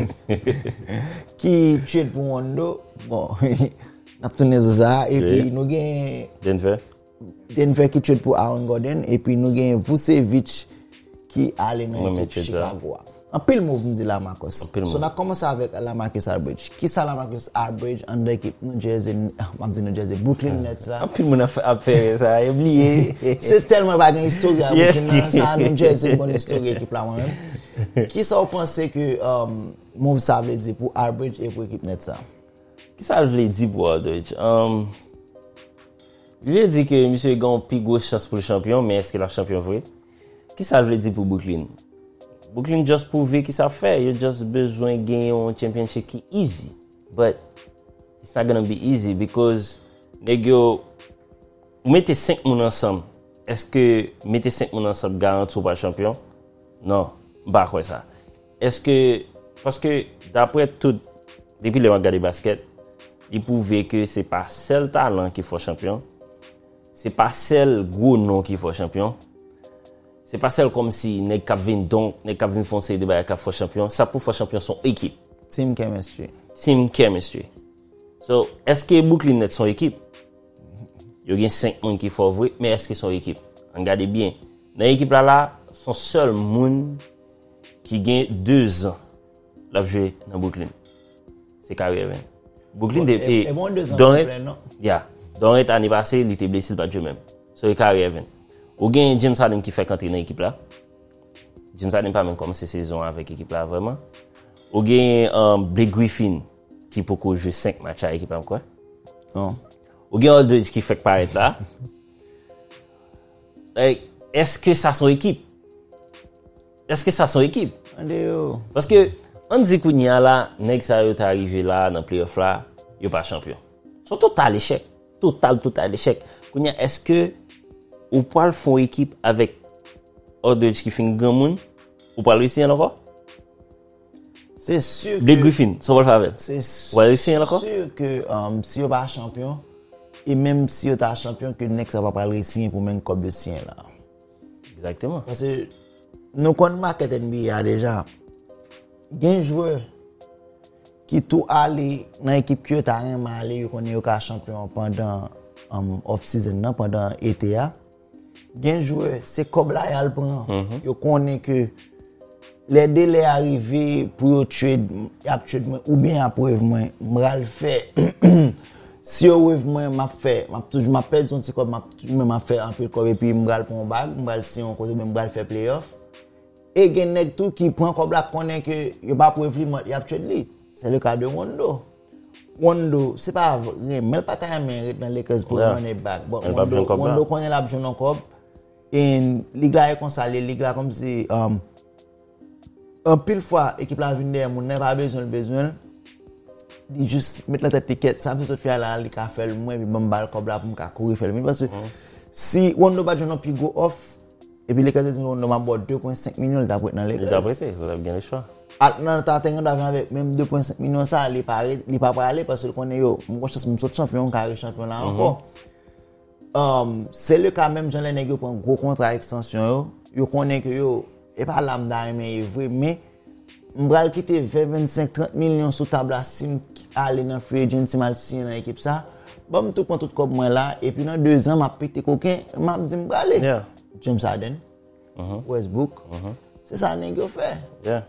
qui trade pour Rondo. Bon, n'a tourné ça et puis nous avons Denver Denver qui trade pour Aaron Gordon et puis nous avons Vucevic qui allait dans l'équipe Chicago. En pile move me dit la Marcus. So on a commencé avec la Marcus Aldridge. Qui ça la Marcus Aldridge en équipe New Jersey, I'm New Jersey, Brooklyn Nets là. En pile mon a fait ça, oublié. C'est tellement pas une histoire à Brooklyn ça New Jersey bonne histoire équipe là moi-même. Qui ça vous pensez que um, move ça veut dire pour Aldridge et pour équipe Nets ça? Qui ça veut dire pour Aldridge? Um il veut dire que monsieur gagne plus grosse chance pour le champion, mais est-ce que la champion vrai? Qui ça veut dire pour Brooklyn? Brooklyn just prouvé qui ça fait. You just besoin de gagner un championship qui easy. But it's not gonna be easy because nèg yo mettez cinq moun ensemble. Est-ce que mettez cinq moun ensemble garantit ou pas champion? Non, pas quoi ça. Est-ce que parce que d'après tout depuis le regard de basket, il prouvé que c'est pas seul talent qui fait champion. C'est pas seul gros nom qui fait champion. C'est pas celle comme si nèg k'ap vinn donc nèg k'ap vinn foncer de bail k'ap faire champion. Ça pour faire champion son équipe. Team chemistry. Team chemistry. So, est-ce que Brooklyn Nets son équipe? Il y a cinq moun qui font vrai, mais est-ce que son équipe? Regardez bien. Dans l'équipe là là, son seul moun qui gagne deux ans l'a joué dans Brooklyn. C'est Kyrie Irving. Brooklyn et, et, et bon deux ans dans plein, non? Yeah. Dans l'année passée, il était blessé pas Dieu même. So Kyrie Irving. Ou gen James Harden qui fait entrer dans l'équipe là. James Harden pas même commencé saison avec l'équipe là vraiment. Ou gen um, Blake Griffin qui peut jouer cinq matchs avec l'équipe là quoi. Non. Ou gen Aldridge qui fait paraître là. Like, est-ce que ça son équipe? est-ce que ça son équipe? Ande yo. Parce que, on dit qu'on y a là, nèg sa yo ta arrivé là, dans playoff là, yo pas champion. Son total échec. Total, total échec. Qu'on y a, est-ce que, ou poil font équipe avec Aldridge qui fait un grand monde, ou pas réussir encore? C'est sûr que... Blake Griffin, ça va le faire. C'est sûr que um, si on pas champion, et même si on est champion, que Next va pas réussir pour même comme de sien là. Exactement. Parce que nous connaissons market N B A déjà. Il y a un joueur qui tout allé dans l'équipe qui est allé, il connaît le champion pendant um, off-season, pendant été. Il y a un joueur, c'est comme là, il prend. Il connaît que les délais arrivés pour trade, ou bien après moi, je le fais. Si je wave moi, m'a fait, m'a toujours m'a perdu son petit comme m'a toujours m'a fait un peu comme et puis je vais pour un bag, je vais si on côté même je vais faire playoff. Et il y a nèg tout qui prend comme là connaît que il pas pour il y a trade lui. C'est le cas de Wondo. Wondo, c'est pas vrai, mais pas ta main dans les cases pour running back. Bon, Wondo, Wondo connaît la besoin encore. Et ligue là est comme ça, les ligue là comme si um, en pile fois équipe la vinn derrière mon n'a pas besoin besoin. Il juste mettre la tête piquette, ça me tout faire là, il ka faire moi puis bon balle comme là pour me courir faire parce que si Wondo ba jono puis go off et puis les cas dit Wondo m'a boit deux virgule cinq millions d'après dans les cas. D'après c'est, vous avez bien le choix. Maintenant ta tengo avec même deux virgule cinq millions ça, il pas il pas parler parce que connaît yo, moi je suis champion carré champion là encore. Um, c'est le cas même Jean Leneg prend gros contrat extension yo, yo connaît que yo et pas lambda mais vrai mais m'bral quitter vingt vingt-cinq trente millions sous table à sim aller dans free agency mal signer dans l'équipe ça. Bon tout prend tout comme moi là et puis dans deux ans m'a pété coquin, m'a dit m'bral. Yeah. James Harden. Uh-huh. Westbrook. Uh-huh. C'est ça nèg yo fait. Yeah.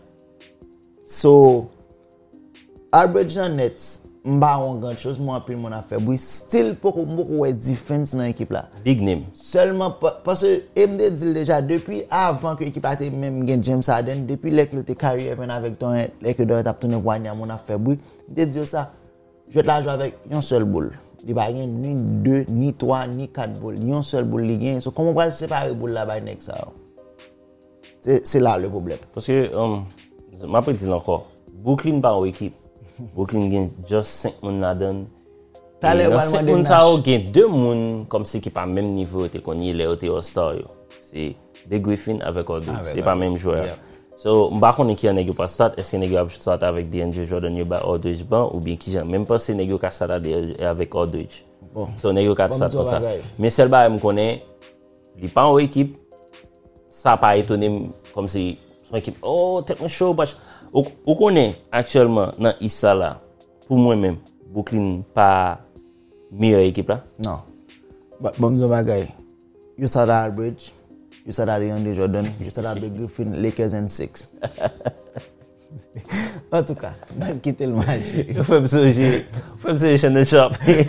So Albert Nets mba on grand chose moi puis mon affaire oui still beaucoup beaucoup ouais defense dans l'équipe là Big name seulement parce que M D dit déjà depuis avant que l'équipe a été même gain James Harden depuis là qu'il était carrière avec ton là que doit taper tourner poignet mon affaire oui dit dire ça je vais la jouer avec un seul boule il pas gain ni deux ni trois ni quatre boules un seul boule il gain so comment on va le séparer boule là bas next ça c'est c'est là le problème parce que um m'a pas dit encore Brooklyn pas une équipe Brooklyn gagne juste cinq moun là-dedans. Dans cinq moun ça gagne deux moun comme si qui pas même niveau te connait les autres All-Star yo. C'est Blake Griffin avec Aldridge, ah, c'est pas même joueur. Yeah. So m'pa connait qui nèg pas start, est-ce que nèg a start avec DeAndre Jordan yo ba Aldridge ban ou bien qui même pas c'est nèg ka start avec Aldridge. Bon. So nèg ka start comme ça. Mais celle ba me connaît, il pas en équipe. Ça pas étonné comme si son équipe oh tellement chaud parce on connaît actuellement dans Issa là pour moi-même Brooklyn pas meilleure équipe là non bon nous bagay you said Albridge you said DeAndre Jordan you said Blake Griffin Lakers and six en tout cas on quitte le match il faut me songer faut me songer Channel Shop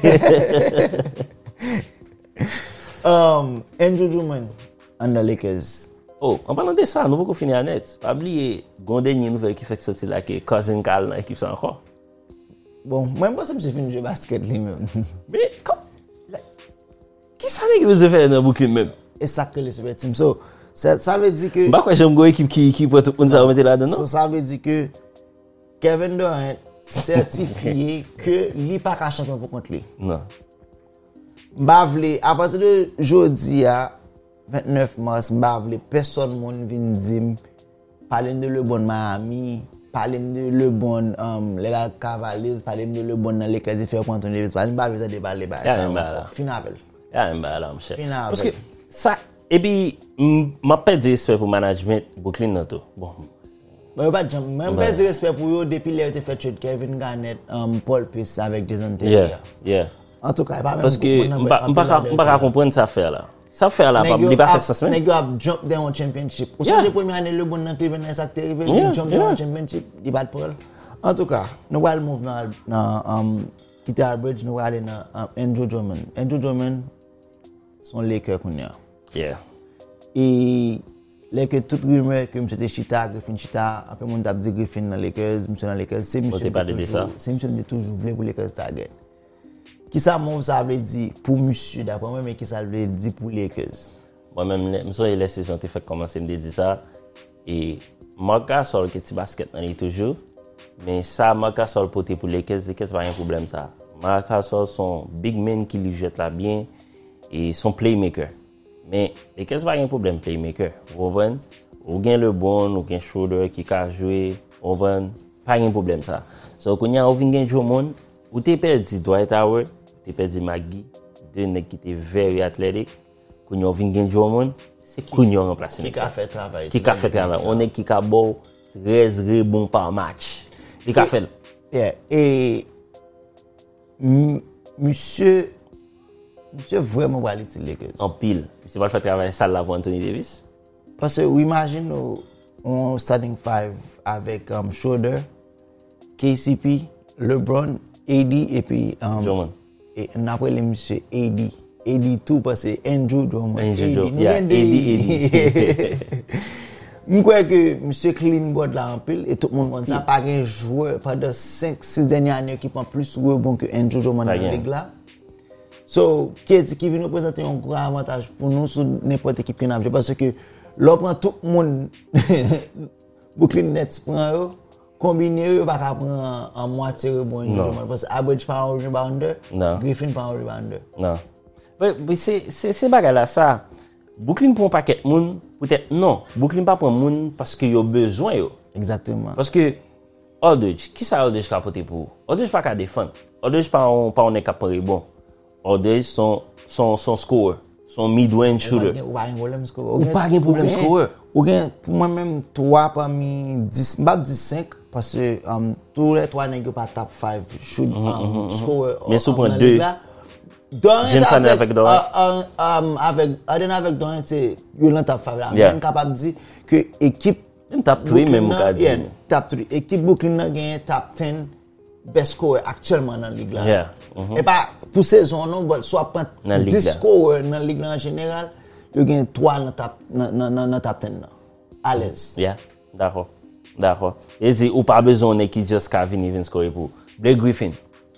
um Andrew Drummond and the Lakers. Oh, en parlant de ça, nous pouvons finir net. Pas oublier, une dernière nouvelle qui fait sortir là que Cousin Carl dans l'équipe ça encore. Bon, moi je pense que j'ai fini de jouer basket lui-même. Mais comme qui ça n'est que vous faire dans Brooklyn même? Et ça que les super team. So, ça, ça veut dire que bah quoi j'aime go équipe qui qui pour tout le monde ça mettre là dedans. So ça veut dire que Kevin Durant certifié que lui pas ka champion pour contre lui. Non. M'ba vle à partir de jeudi à vingt-neuf mars, m'ba vle personne moun vinn dim parler de le bon Miami, parler de le bon um, les Cavaliers, parler de le bon dans les cas de faire Anthony Davis, parler m'ba vle de parler ba ça. Final. Ya m'ba là monsieur. Parce que ça et puis m'a pas de respect pour management Brooklyn non tout. Bon. Mais pas de même pas de respect pour eux depuis les été fait trade Kevin Garnett, um, Paul Pierce avec Jason Terry. Yeah. Yeah. En tout cas, pas parce que on pas on pas comprendre ça faire là. Ça faire là pas il pas fait ça semaine. Nèg a jump down championship. Ou c'est première année le bon dans Cleveland ça t'est arrivé jump down championship, il bat pour. En tout cas, nous allons move dans dans um quitter Albridge, nous allons dans Andrew Drummond. Andrew Drummond son Lakers qu'on a. Yeah. Et les que toute rumeur que monsieur était Chita, Griffin Chita, après mon t'a dit Griffin dans Lakers, monsieur dans Lakers, c'est monsieur. C'est monsieur de toujours voulait pour Lakers target. Qui ça move ça veut dire pour monsieur d'après moi mais qui ça veut dire pour Lakers. Moi même monsieur les saisons t'ai fait commencer me dire ça Et Marc Gasol qui est basket nan li toujours, mais ça Marc Gasol porté pour les Lakers, les Lakers pas un problème ça. Marc Gasol son big man qui lui jette la bien et son playmaker. Mais les Lakers pas un problème playmaker. Vous comprenez? Ou gen le bon, ou gen Schroeder qui ka jouer, ou van pas un problème ça. So quand y a ou vinn gen Drummond, ou t'es perdu Dwight Howard, t'es perdu McGee, deux nèg qui étaient very athletic. Quand y a ou vinn gen Drummond, c'est qu'on y a remplacé. Qui a fait travail. Qui a fait travail. On est qui a bon treize rebonds par match. Qui a fait. Yeah. Et monsieur monsieur vraiment va aller les Lakers. En pile. C'est pas le faire travail ça là pour Anthony Davis. Parce que ou imagine un starting five avec um, Schroeder, K C P, LeBron, A D et puis um, Drummond. Et on appelle les monsieur A D. A D tout parce que Andrew Drummond. Andrew Drummond. Yeah, A D. Je crois que monsieur clean board là en pile et tout le monde connaît ça. Pas un joueur pendant cinq six dernières années qui prend plus rebond que Andrew Drummond dans la ligue là. So, qui qui vient représenter un grand avantage pour nous sur n'importe équipe qui n'a pas parce que là prend tout le monde Brooklyn Nets prend eux combiné eux pas prendre en moitié rebond parce que average pas un rebounder, Griffin pas un rebounder. Non. Mais c'est c'est c'est bagarre là ça. Brooklyn prend paquet moun, peut-être non. Brooklyn pas prend moun parce que yo besoin yo. Exactement. Parce que Aldridge, qui ça Aldridge ka porter pour? Aldridge pas ka défendre. Aldridge pas on pas on est capable bon. Aldridge son son son scorer, son mid-range shooter. Ou pas un problème scorer. Ou pas un problème scorer. Ou bien pour moi même trois parmi dix, pas dix cinq parce que um, tous les trois nèg pas top cinq shoot um, scorer. Mais sous prend deux. James Harden avec Durant. Uh, um, avec Harden avec Durant c'est yo top cinq là. Yeah. Même capable dire que équipe même top trois même ka dire. Yeah, top trois. Équipe Brooklyn a gagné top dix best scorer actuellement dans la ligue là. Yeah. Mm-hmm. Et pas pour saison non, mais soit pas dix scorers dans la ligue en général, yo gagne trois dans top dans dans top dix là. À l'aise. Yeah, d'accord. D'accord. Et dit ou pas besoin de qui just ka venir scorer pour Blake Griffin.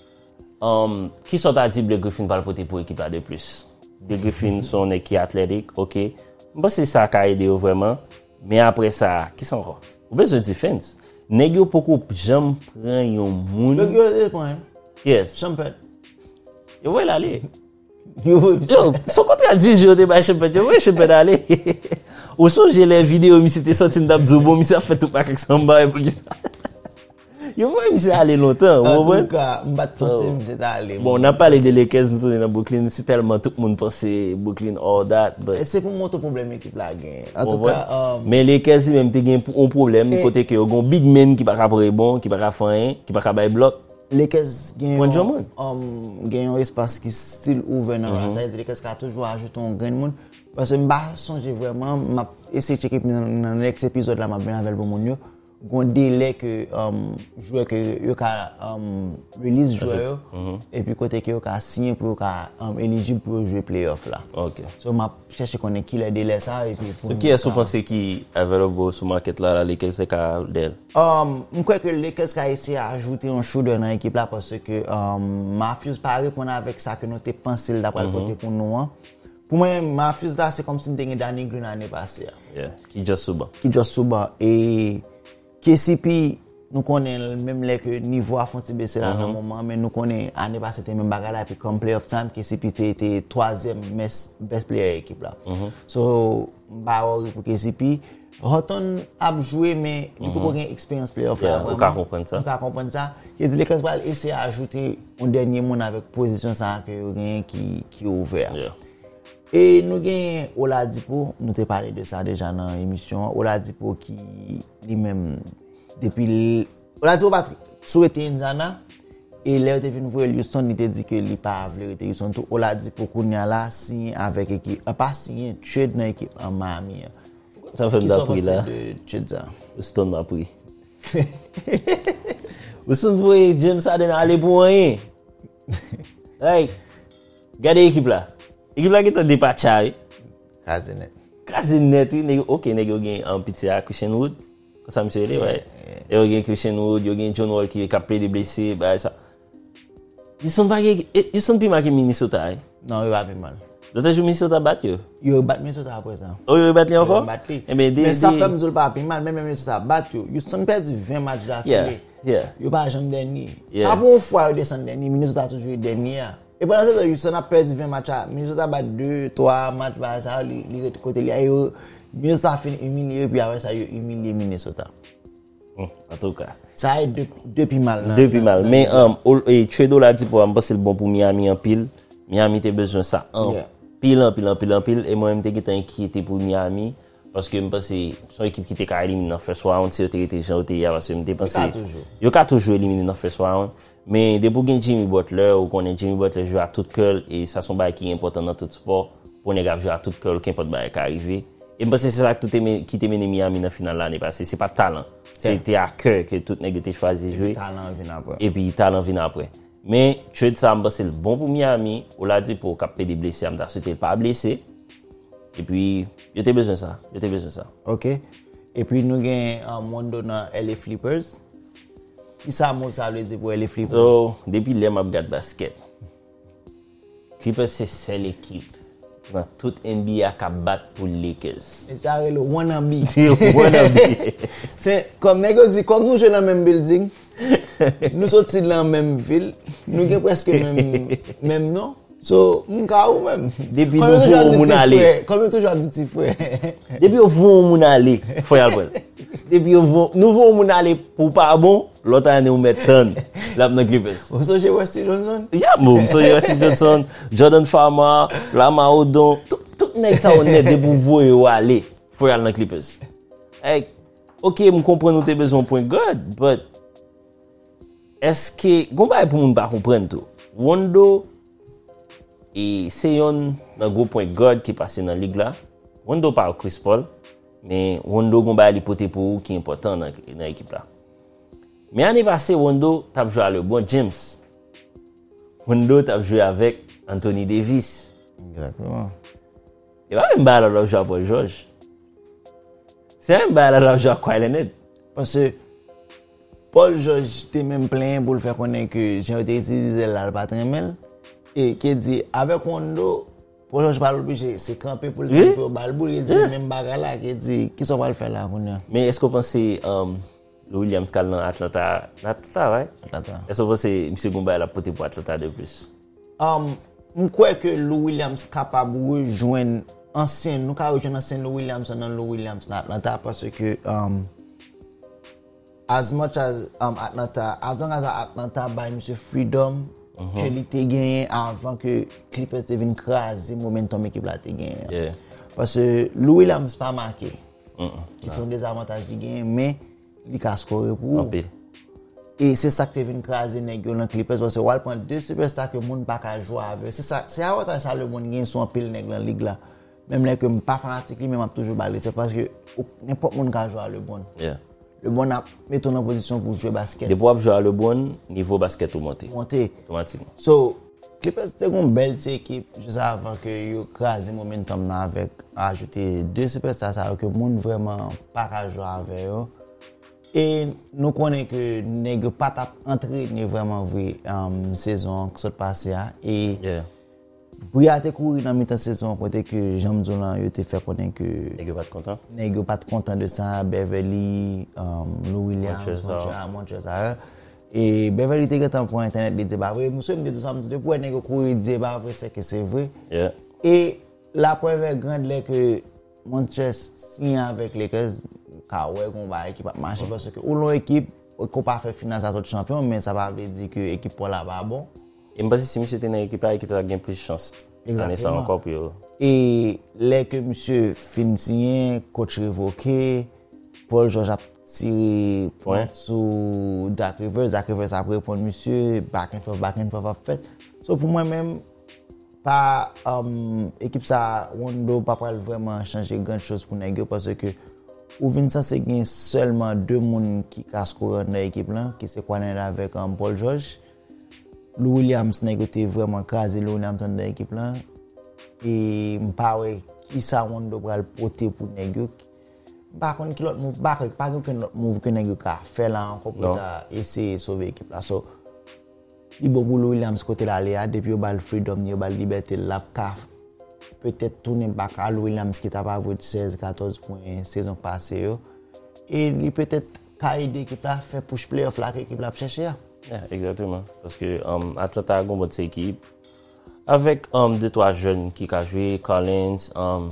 Um, qui sont à dire Blake Griffin va le porter pour équipe de plus. Blake Griffin sont équipe athlétique, OK. Bon c'est ça qui a aidé vraiment, mais après ça, qui sont encore? Ou besoin de défense. Nèg yo poko jam prend yon moun. Le yo point. Yes. Champet. Yo voy aller. Yo, son contrat dix jours de ba Champet, yo voy Champet aller. Ou so j'ai les vidéos mi c'était sorti d'Abdou bon mi ça fait tout pas quelque samba et pour qui ça. Yo voy mi c'est aller longtemps, en tout cas, m'bat penser mi c'est aller. Bon, on a parlé de Lakers nous tourner dans Brooklyn, c'est tellement tout le monde pensait Brooklyn all that, but c'est pour montrer problème équipe là gagne. En tout cas, mais Lakers même te gagne un problème côté que yon big man qui pas capable bon, qui pas capable faire qui pas capable bloc. Lakers gagne um gagne un espace qui style ouvert dans la ça veut dire Lakers a toujours ajouté un grand monde parce que m'ba songer vraiment m'a essayer checker dans next épisode là m'a bien avec pour mon yo gon délai que um joueur que yo ka um release joueur mm-hmm. et puis côté que yo ka signer pour ka um, éligible pour jouer playoff là. OK. So m'a chercher connait qui le délai ça et puis pour qui est-ce que vous pensez qui available sur market là les Lakers c'est ka d'elle. Um je crois que les Lakers ka essayer à ajouter un shooter dans l'équipe là parce que um Matthews pas répondre avec ça que nous t'ai pensé d'après le côté pour nous hein. Pour moi Matthews là c'est comme si c'était Danny Green l'année passée. Yeah, qui just suba. Qui just suba et K C P nous connaît même les que niveau a fonti baisser là dans moment mais nous connaît année passée c'était même bagarre là puis comme playoff time K C P était troisième best best player équipe là. Mm-hmm. So ba pour K C P Horton a joué mais il faut gagner expérience playoff là. On peut comprendre ça. On peut comprendre ça. Il dit les Lakers va essayer à ajouter un dernier monde avec position ça que gagne qui qui ouvert. Yeah. Et nous gagne Oladipo, nous t'ai parlé de ça déjà dans l'émission. Oladipo qui lui-même depuis Oladipo pas souhaité Indiana et là était venu voir Houston, il t'a dit que il pas voulu rester Houston tout Oladipo kounya là signé avec équipe pas signé trade dans équipe en Miami. Ça fait d'après là. Houston m'a pris. Houston voyait James Harden aller pour rien. Like regardez l'équipe là. L'équipe là qui est dépatchée. Kazinet. Kazinet, oui. Ok, il y a un petit à Christian Wood. Comme ça, monsieur, ouais. Il y a Christian Wood, il y a John Wall qui est capable de blesser. Bah, ça. Ils sont pas. Ils sont plus mal que Minnesota. Non, ils va plus mal. L'autre jour, Minnesota bat yo. Yo bat Minnesota après ça. Oh, yo bat li encore? Yo bat li. Eh ben, des, mais ça des... fait m'zol pas mal, même Minnesota bat yo. Houston perdu vingt matchs d'affilée. Yeah, yeah. Yo pas jamais dernier. Yeah. Après une fois yo descend dernier, Minnesota a toujours dernier. Et pendant ce temps, Houston a perdu vingt matchs. Minnesota bat deux, trois matchs par ça, les côté là yo Minnesota a fini humilié puis après ça yo humilié Minnesota. Hum, en tout cas. Ça a été depuis mal. Là, depuis là, mal. là, Mais là. um, et Trudeau l'a dit pour moi, c'est le bon pour Miami en pile. Miami t'as besoin de ça en Yeah. pile, en pile, en pile, en pile. Et moi-même, j'étais inquiété pour Miami. Parce que je pense que c'est son équipe qui était éliminée dans le first round. Si tu étais gens, tu parce que je pensais. Yo Yo toujours éliminé dans le first round. Mais depuis que Jimmy Butler, ou qu'on Jimmy Butler joue à tout cœur, et ça son bail qui est important dans tout sport, pour les gars jouer à tout cœur, qu'importe bail qui arrive. Et je pense que c'est ça qui t'a mené Miami dans la finale l'année passée. C'est pas talent. C'était à cœur que tout les gars choisi de jouer. Talent vient après. Et puis talent vient après. Mais trade ça c'est le bon pour Miami. On l'a dit pour capter des blessés, on a souhaité pas blessé. Et puis il était besoin de ça, il était besoin de ça. OK. Et puis nous gagne un monde dans L A Flippers. Qui ça mot ça veut dire pour L A Flippers? So, depuis les m'a regardé basket. Clippers c'est seule équipe dans toute N B A qui bat pour Lakers. Et ça le wannabe. Wannabe. C'est comme nèg dit comme nous jouons dans le même building. Nous sortis dans la même ville, nous avons presque même même nom. So, m'ka ou même. Depuis nous voulons mon aller. Comme toujours dit petit frère. Depuis nous voulons mon aller, faut y aller. Depuis nous voulons mon aller pour pas bon, l'autre année on met ton là dans Clippers. Vous so chez Westy Johnson? Yeah, boom. So Westy Johnson, Jordan Farmer, Lama Odom, tout tout nèg ça on est depuis vous yo aller, faut y aller dans Clippers. Hey, OK, me comprend nous t'es besoin point guard, but est-ce que gon ba pour moun pas comprendre tout. Rondo et c'est un gros point guard qui passe dans la ligue là. Rondo pas Chris Paul, mais Rondo gon ba li poté pour qui est important dans dans l'équipe là. Mais l'année passée Rondo t'a joué avec LeBron James. Rondo t'a joué avec Anthony Davis. Exactement. Et pas même balle là jouer pour George. C'est un balle là jouer Kawhi Leonard. Parce que Paul George était même plein pour le faire connaître que j'ai utilisé là le patron Mel et qui dit avec Rondo Paul George pas obligé c'est camper pour le oui? faire au balboul il dit même bagarre là qui dit qui sont pas le faire là connait. Mais est-ce que vous pensez um, le Williams Cal dans Atlanta Atlanta ouais? Atlanta. Est-ce que vous pensez monsieur Gomba la porter pour Atlanta de plus? Um je crois que Lou Williams capable de rejoindre ancien nous ca rejoindre ancien Lou Williams dans Lou Williams dans Atlanta parce que um as much as um, Atlanta, as long as Atlanta by Monsieur Freedom, mm-hmm. qu'elle était gagné avant que Clippers devienne craser momentum équipe là te gagné. Yeah. Parce que Lou Williams pas marqué. Mm-mm. Qui sont des avantages du gain mais il a scoré pour. En pile. Et c'est ça que devine craser nèg dans Clippers parce que on prend deux superstars que monde pas ka jouer avec. C'est ça, c'est avantage ça le monde gain son pile nèg dans ligue là. Même les que pas fanatique mais m'a toujours balé, c'est parce que n'importe monde ka jouer le bon. Yeah. Le bon a met en position pour jouer basket. Depuis que jouer à le bon niveau basket au monter. Monter. Automatiquement. So, Clippers c'était une belle équipe juste avant que yo crase momentum là avec ajouter deux superstars ça que monde vraiment pas à jouer avec eux. Et nous connaissons que nèg pas t'a entraîné vraiment vrai um, saison qui s'est passée et Yeah. pour y aller courir dans mi-temps saison côté que Jean Zolan yo te fait connaître que Nèg pas content. nèg pas content de ça Beverly um, Lou Williams Montreal et Beverly était content pour internet il dit bah oui monsieur me dit tout ça me dit pour nèg courir dit bah vrai c'est que c'est vrai. Yeah. Et la preuve est grande là que Montreal signe avec les Lakers car ouais qu'on va équipe marcher parce que ou l'on équipe qu'on pas faire finale à autre champion mais ça va veut dire que équipe pour là bas bon. Et je pense que si monsieur était dans l'équipe là, l'équipe a gagné plus de chance. Exactement. Ça encore plus. Et les que monsieur fin signé, coach révoqué, Paul George a tiré point sur Dark Rivers, Dark Rivers a répondu monsieur, back and forth, back and forth fait. So pour moi même pas um, équipe ça Rondo pas vraiment changer grand chose pour nèg parce que ou vinn ça c'est gain seulement deux monde qui casse courir dans l'équipe là qui c'est quoi avec um, Paul George. Lou Williams n'a été vraiment crasé Lou Williams dans l'équipe là et m'pa ouais qui ça Rondo pral porter pour nèg par contre qui l'autre move pas pas que l'autre move que nèg ka fait là encore pour essayer sauver l'équipe là so il bon pour Lou Williams côté là aller depuis au bal freedom ni au bal liberté là ka peut-être tourner back à Williams qui t'a pas vu seize quatorze points saison passée yo. Et il peut-être qu'a aider l'équipe là faire push playoff là que l'équipe là chercher. Yeah, exactement. Parce que um, Atlanta a une bonne équipe avec um, deux trois jeunes qui ont joué, Collins, um,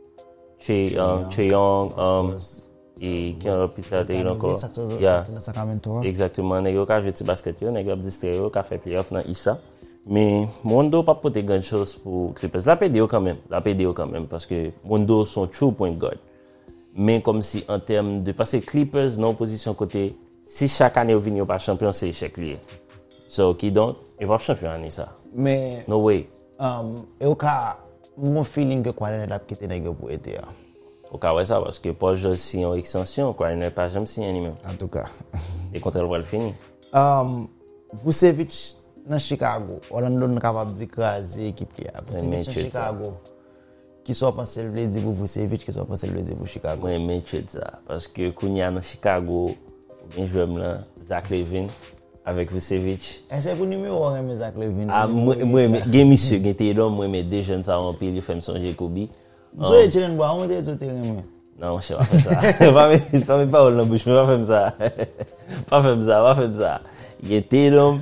Che um, Young, um, et qui ont repris encore. Yeah. Exactement. Ils ont joué petit basket, ils ont distraire, ils ont fait playoff dans Issa. Mais Mondo pas porter grand chose pour Clippers. La P D O quand même, la P D O quand même parce que Mondo sont true point guard. Mais comme si en termes de parce que Clippers dans position côté si chaque année vous venez pas champion c'est échec lié. So qui donc il va champion année ça. Mais no way. Um et au cas mon feeling que Kawhi n'a quitter nèg pour été. Au cas ouais ça parce que Paul George signe en extension Kawhi n'a pas jamais signé lui-même. En tout cas. Et quand elle va le finir. Um Vucevic dans Chicago, Orlando n'est capable d'écraser l'équipe là. Vucevic dans Chicago. Qui soit pensé le dire pour Vucevic, qui soit pensé le dire pour Chicago. Oui, mais tu ça parce que Kounia dans Chicago, bien joueur là, Zach LaVine avec Vucevic. Est-ce que vous numéro un mais Zach LaVine? Ah moi moi game monsieur, était là moi mais deux jeunes ça en pile, il fait me songer Kobe. Vous êtes Jalen Brown, vous êtes tout terrain. Non, je pas faire ça. Pas me pas me parole dans bouche, pas faire ça. Pas faire ça, pas faire ça. Il était là,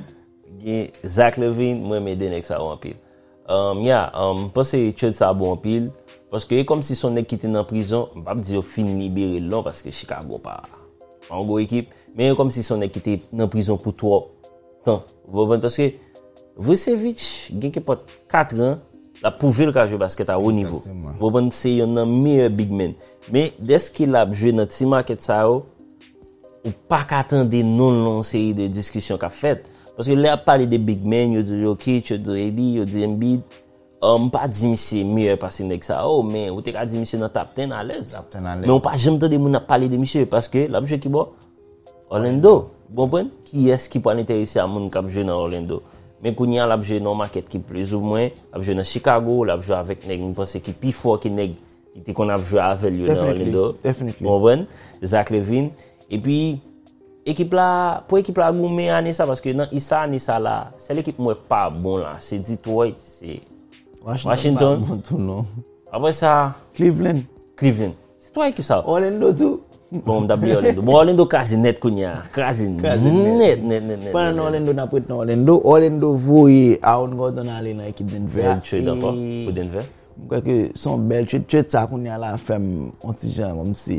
Zach LaVine, moi mais deux ça en pile. Um, yeah, um, parce que tu ça bon pile parce que comme si son équipe était en prison, pas dire fini libéré là parce que Chicago pas en gros équipe, mais comme si son équipe était en prison pour trop temps. Parce que Vucevic, il a quatre ans, la prouvé le jouer basket à haut niveau. Vous c'est un meilleur big man. Mais dès qu'il a joué dans team market ça ou pas qu'attendre non long série de discussions qu'a fait. Parce que là, parler des big men, il dit Jokic, il dit A D, il dit Embiid. On pas dit monsieur mieux passer avec ça. Oh, mais on t'a dit monsieur dans top dix à l'aise. Mais on pas jamais entendu moun parler de monsieur parce que là monsieur qui boit Orlando. Bon point, qui est-ce qui peut intéresser à moun qui jouer dans Orlando. Mais qu'on y a l'a jouer dans market qui plus ou moins, l'a jouer dans Chicago, l'a jouer avec nèg, on pense qui plus fort qui nèg, qui qu'on a joué avec lui dans Orlando. Bon point, Zach LaVine et puis équipe là pour équipe là goumé année ça parce que dans Issa année ça là c'est l'équipe moi pas bon là c'est Detroit c'est Washington, Washington. Bon, tout non. Après ça Cleveland Cleveland c'est toi équipe ça Orlando tout bon d'abord Orlando bon Orlando quasi net kounya quasi net net net net pendant Orlando n'a pas Orlando Orlando voyait Aaron Gordon aller dans l'équipe Denver et d'accord pour Denver crois que son belle chute ça kounya la femme on petit genre comme si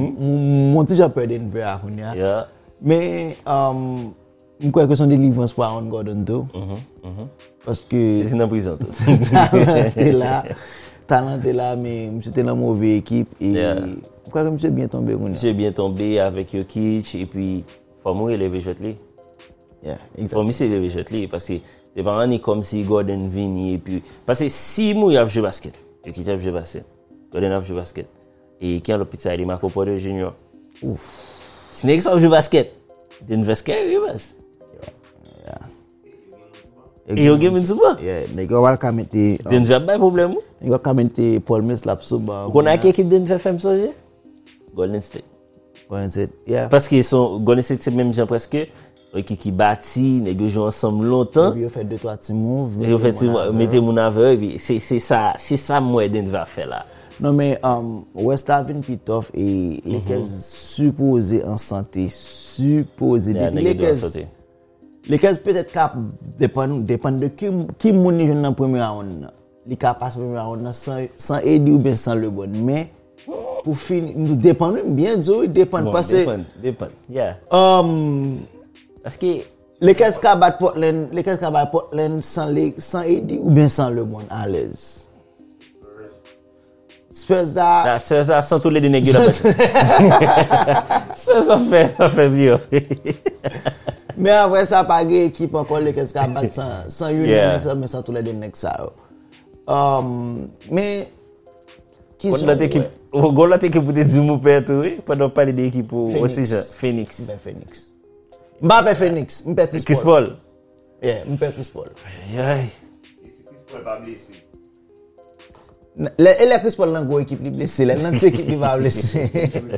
mon petit genre perd Denver kounya yeah. Mais um, je crois que son délivrance pour Aaron Gordon tout. Mm-hmm, mm-hmm. Parce que c'est dans prison tout. Talent est là, talent est là mais monsieur était dans mauvaise équipe et yeah. Je crois que monsieur bien tombé on. Monsieur bien tombé avec Jokic et puis faut mourir lever jet li. Yeah, exactement. Faut monsieur lever jet li parce que c'est pas ni comme si Gordon vini et puis parce que si mou y a joué basket, Jokic a joué basket. Gordon a joué basket et qui a le petit Eddie Marco Porter Junior Ouf. Si nèg ça joue basket, Denver scary bas. Yeah. Et yo game insouba. Yeah, nèg va ka mettre Denver pas problème. Nèg va ka mettre Paul Millsap souba. On a qui équipe Denver fait songer? Golden State. Golden State. Yeah. Parce que son Golden State c'est même gens presque qui qui bâti, nèg jouent ensemble longtemps. Ils ont fait deux trois petits moves. Ils ont fait mettez mon aveugle, c'est c'est ça, c'est ça moi Denver fait là. Non mais um, West Haven Pitoff et les mm-hmm. supposés en santé, supposés yeah, les cases les cases peut-être cap dépend dépend de qui qui moun jeune dans premier round. Les cas passe premier round sans sans aider ou bien sans le bon mais pour finir nous dépend bien Dieu dépend bon, parce que dépend dépend. Yeah. Um parce que les cases cap battre Portland, les cases cap battre Portland sans les sans aider ou bien sans le bon à l'aise. Spurs da ah, Spurs da sans tous les dénégués là. Spurs ça fait ça fait mieux. Mais après ça pas une équipe encore les qu'est-ce qu'a battre sans sans une yeah. mais sans tous les dénégués ça. Um mais qui sont l'autre équipe au goal l'autre équipe pour te dire mon père tout oui pendant parler d'équipe pour aussi Phoenix. Ben Phoenix. Mbappé Phoenix, Mbappé Chris Paul. Yeah, Mbappé Chris Paul. Aïe. Et si Chris Paul pas blessé. Le le Chris Paul nan go équipe li blessé, là nan équipe li va blessé.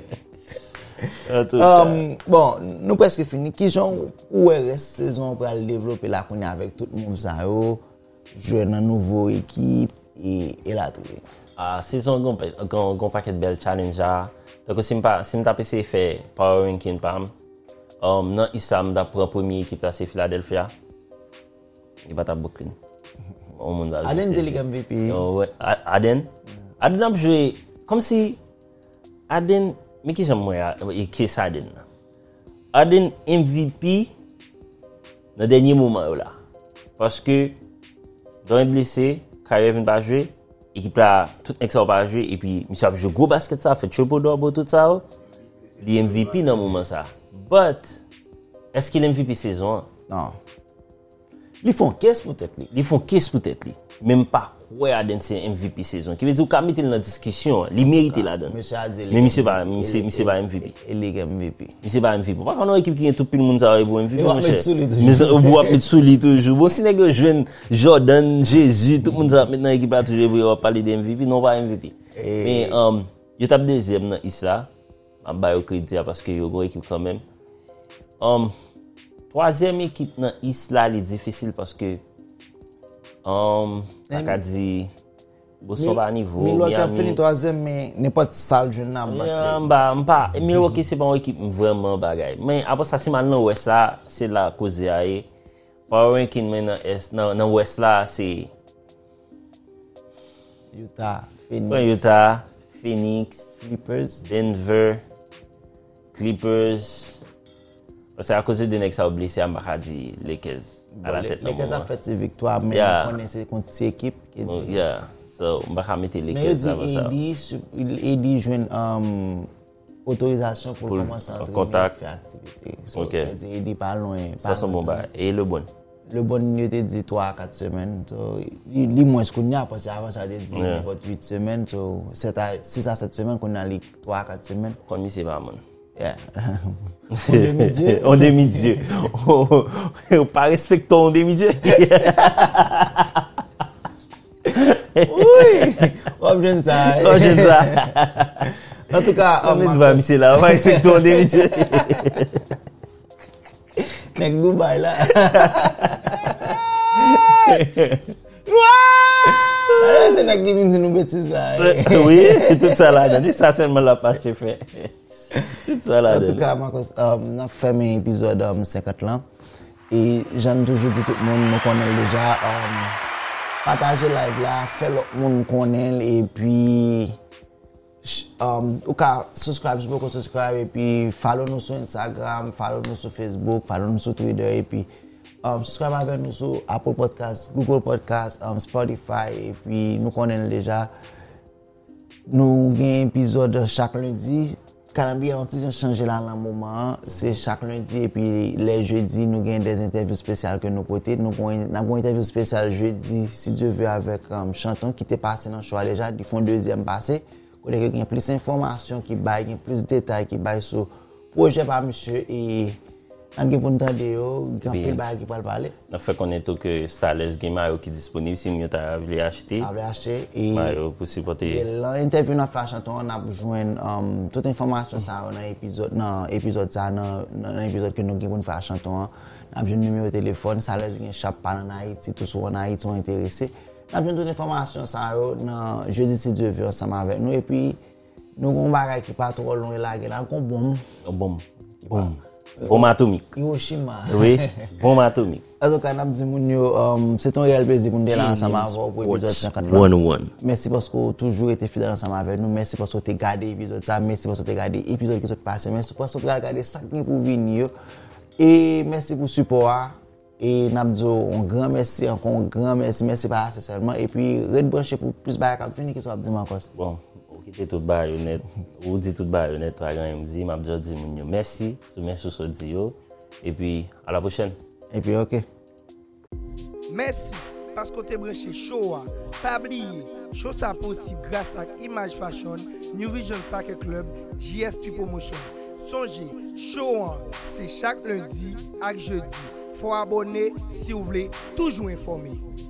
um, bon, nous presque fini. Qui genre où reste saison pour aller développer là qu'on est avec tout le monde ça yo, jouer dans nouveau équipe et et la tri. Ah, saison gon gon gon paquet de bel challenge là. Donc si m'pa si m'ta pese fait power ranking pam. Um nan Isam da prend premier équipe là c'est Philadelphia. Il va ta Brooklyn. Au monde va. Aden dit M V P. Oh ouais, Aden. Aden a joué comme si Aden mais qui j'aime moi et qui ça Aden. Aden M V P dans dernier moment là. Parce que dans un blessé, Kyrie vient pas jouer, équipe là tout excellent pas jouer et puis monsieur a joué gros basket ça, fait triple double tout ça. Il M V P dans moment ça. But est-ce qu'il M V P saison? Non. Ils font qu'est-ce peut-être lui. Ils font qu'est-ce peut-être lui. Même pas ouais Aden c'est M V P saison. Qui veut dire qu'on mettre dans discussion, il mérite là-dedans. Monsieur a dit. Mais monsieur pas monsieur monsieur pas M V P. Il est M V P. Monsieur pas M V P. Pas qu'on a équipe qui est tout le monde ça pour M V P. Mais on va mettre sous lui toujours. Bon si nèg jeune Jordan, Jésus, tout le monde ça maintenant équipe là toujours pour parler de M V P, non pas M V P. Mais um yo tape deuxième dans Isla. On ba yo crédit parce que yo go équipe quand même. Um troisième équipe dans Isla, est difficile parce que um a dit Boston pas niveau. Milwaukee a fini troisième mais n'importe salle jeune n'a pas. M'pa m'pa Milwaukee c'est pas une équipe vraiment bagaille. Mais après ça c'est maintenant West là, c'est la cause aille. Power ranking maintenant est dans West là c'est Utah, Phoenix. Ouais, Utah, Phoenix, Clippers, Denver, Clippers. C'est à cause de Nex a blessé à Mbakadi Lakers à la tête. Lakers a fait ses victoires mais on est contre cette équipe qui dit. Yeah. So Mbaka mettre Lakers ça va ça. Mais il dit joindre um, autorisation pour, pour commencer à contact faire activité. So, OK. Il dit pas loin. Ça sont bon bah et le bon. Le bon il était dit trois à quatre semaines. So il dit moins qu'on y a parce avant ça dit n'importe huit semaines. So c'est à six à sept semaines qu'on a les trois à quatre semaines. Comme c'est pas mon. Yeah. On demi-dieu. On demi-dieu. On pas respectons on demi-dieu. Oui. On jeune ça. On jeune ça. En tout cas, on va monsieur là, on va respecter on demi-dieu. Nek Dubaï là. C'est nek qui vient nous bêtises là. Oui, tout ça là, dit ça seulement la page que fait. Tout ça là. En tout cas, Marcos, on a fait un épisode cinquante là et j'en toujours dit tout le monde nous connaît déjà partager live là, faire l'autre monde connaît et puis um ou ka subscribe, je peux subscribe et puis follow nous sur Instagram, follow nous sur Facebook, follow nous sur Twitter et puis um subscribe avec nous sur Apple Podcast, Google Podcast, um, Spotify et puis nous connaissons déjà nous avons un épisode chaque lundi. Calendrier on a changé là dans le moment, c'est chaque lundi et puis les jeudis nous avons des interviews spéciales que nous côté, nous avons une interview spéciale jeudi si Dieu veut avec um, Chanton qui était passé dans le choix déjà, ils font deuxième passé. Il y a plus d'informations qui baillent, plus de détails qui baillent sur le projet par monsieur et en pour nous entendre, il y a plus de bail qui peut parler. On fait connaître que Starless Game qui est disponible si vous voulez acheter. Avez acheté et pour supporter. L'interview dans fait Chanton, on a besoin um, toute information ça dans l'épisode dans l'épisode ça dans l'épisode que nous avons faire Chanton. On a besoin de numéro de téléphone, Starless Game shop pas en Haïti, tout sur en Haïti sont intéressés. On a besoin de l'information ça dans jeudi si Dieu veut ensemble avec nous et puis nous avons un bagage qui pas trop long là, il y a un bombe. Bombe. Bombe. Bombe atomique. Hiroshima. Oui, bombe atomique. En tout cas, um, c'est un réel plaisir pour nous être ensemble avec vous pour l'épisode cinquante. Merci parce que vous toujours été fidèle ensemble avec nous. Merci parce que vous avez regardé l'épisode ça. Merci parce que vous avez regardé l'épisode qui s'est passé. Merci parce que vous avez regardé ça qui est pour venir. Et merci pour le support. Et Nabdo, un grand merci, encore un grand merci, merci pas assez seulement. Et puis, rebrancher pour plus de bails à venir qui soit dit encore. Bon, ok, t'es tout baïonnette, ou dit tout baïonnette, toi, quand même dit, Mabdo dit, merci, merci sur dit, et puis, à la prochaine. Et puis, ok. Merci, parce que t'es branché show, pas oublier, show ça possible grâce à Image Fashion, New Vision Soccer Club, J S P Promotion. Songez, show, c'est chaque lundi et jeudi. Faut abonner si vous voulez toujours informer.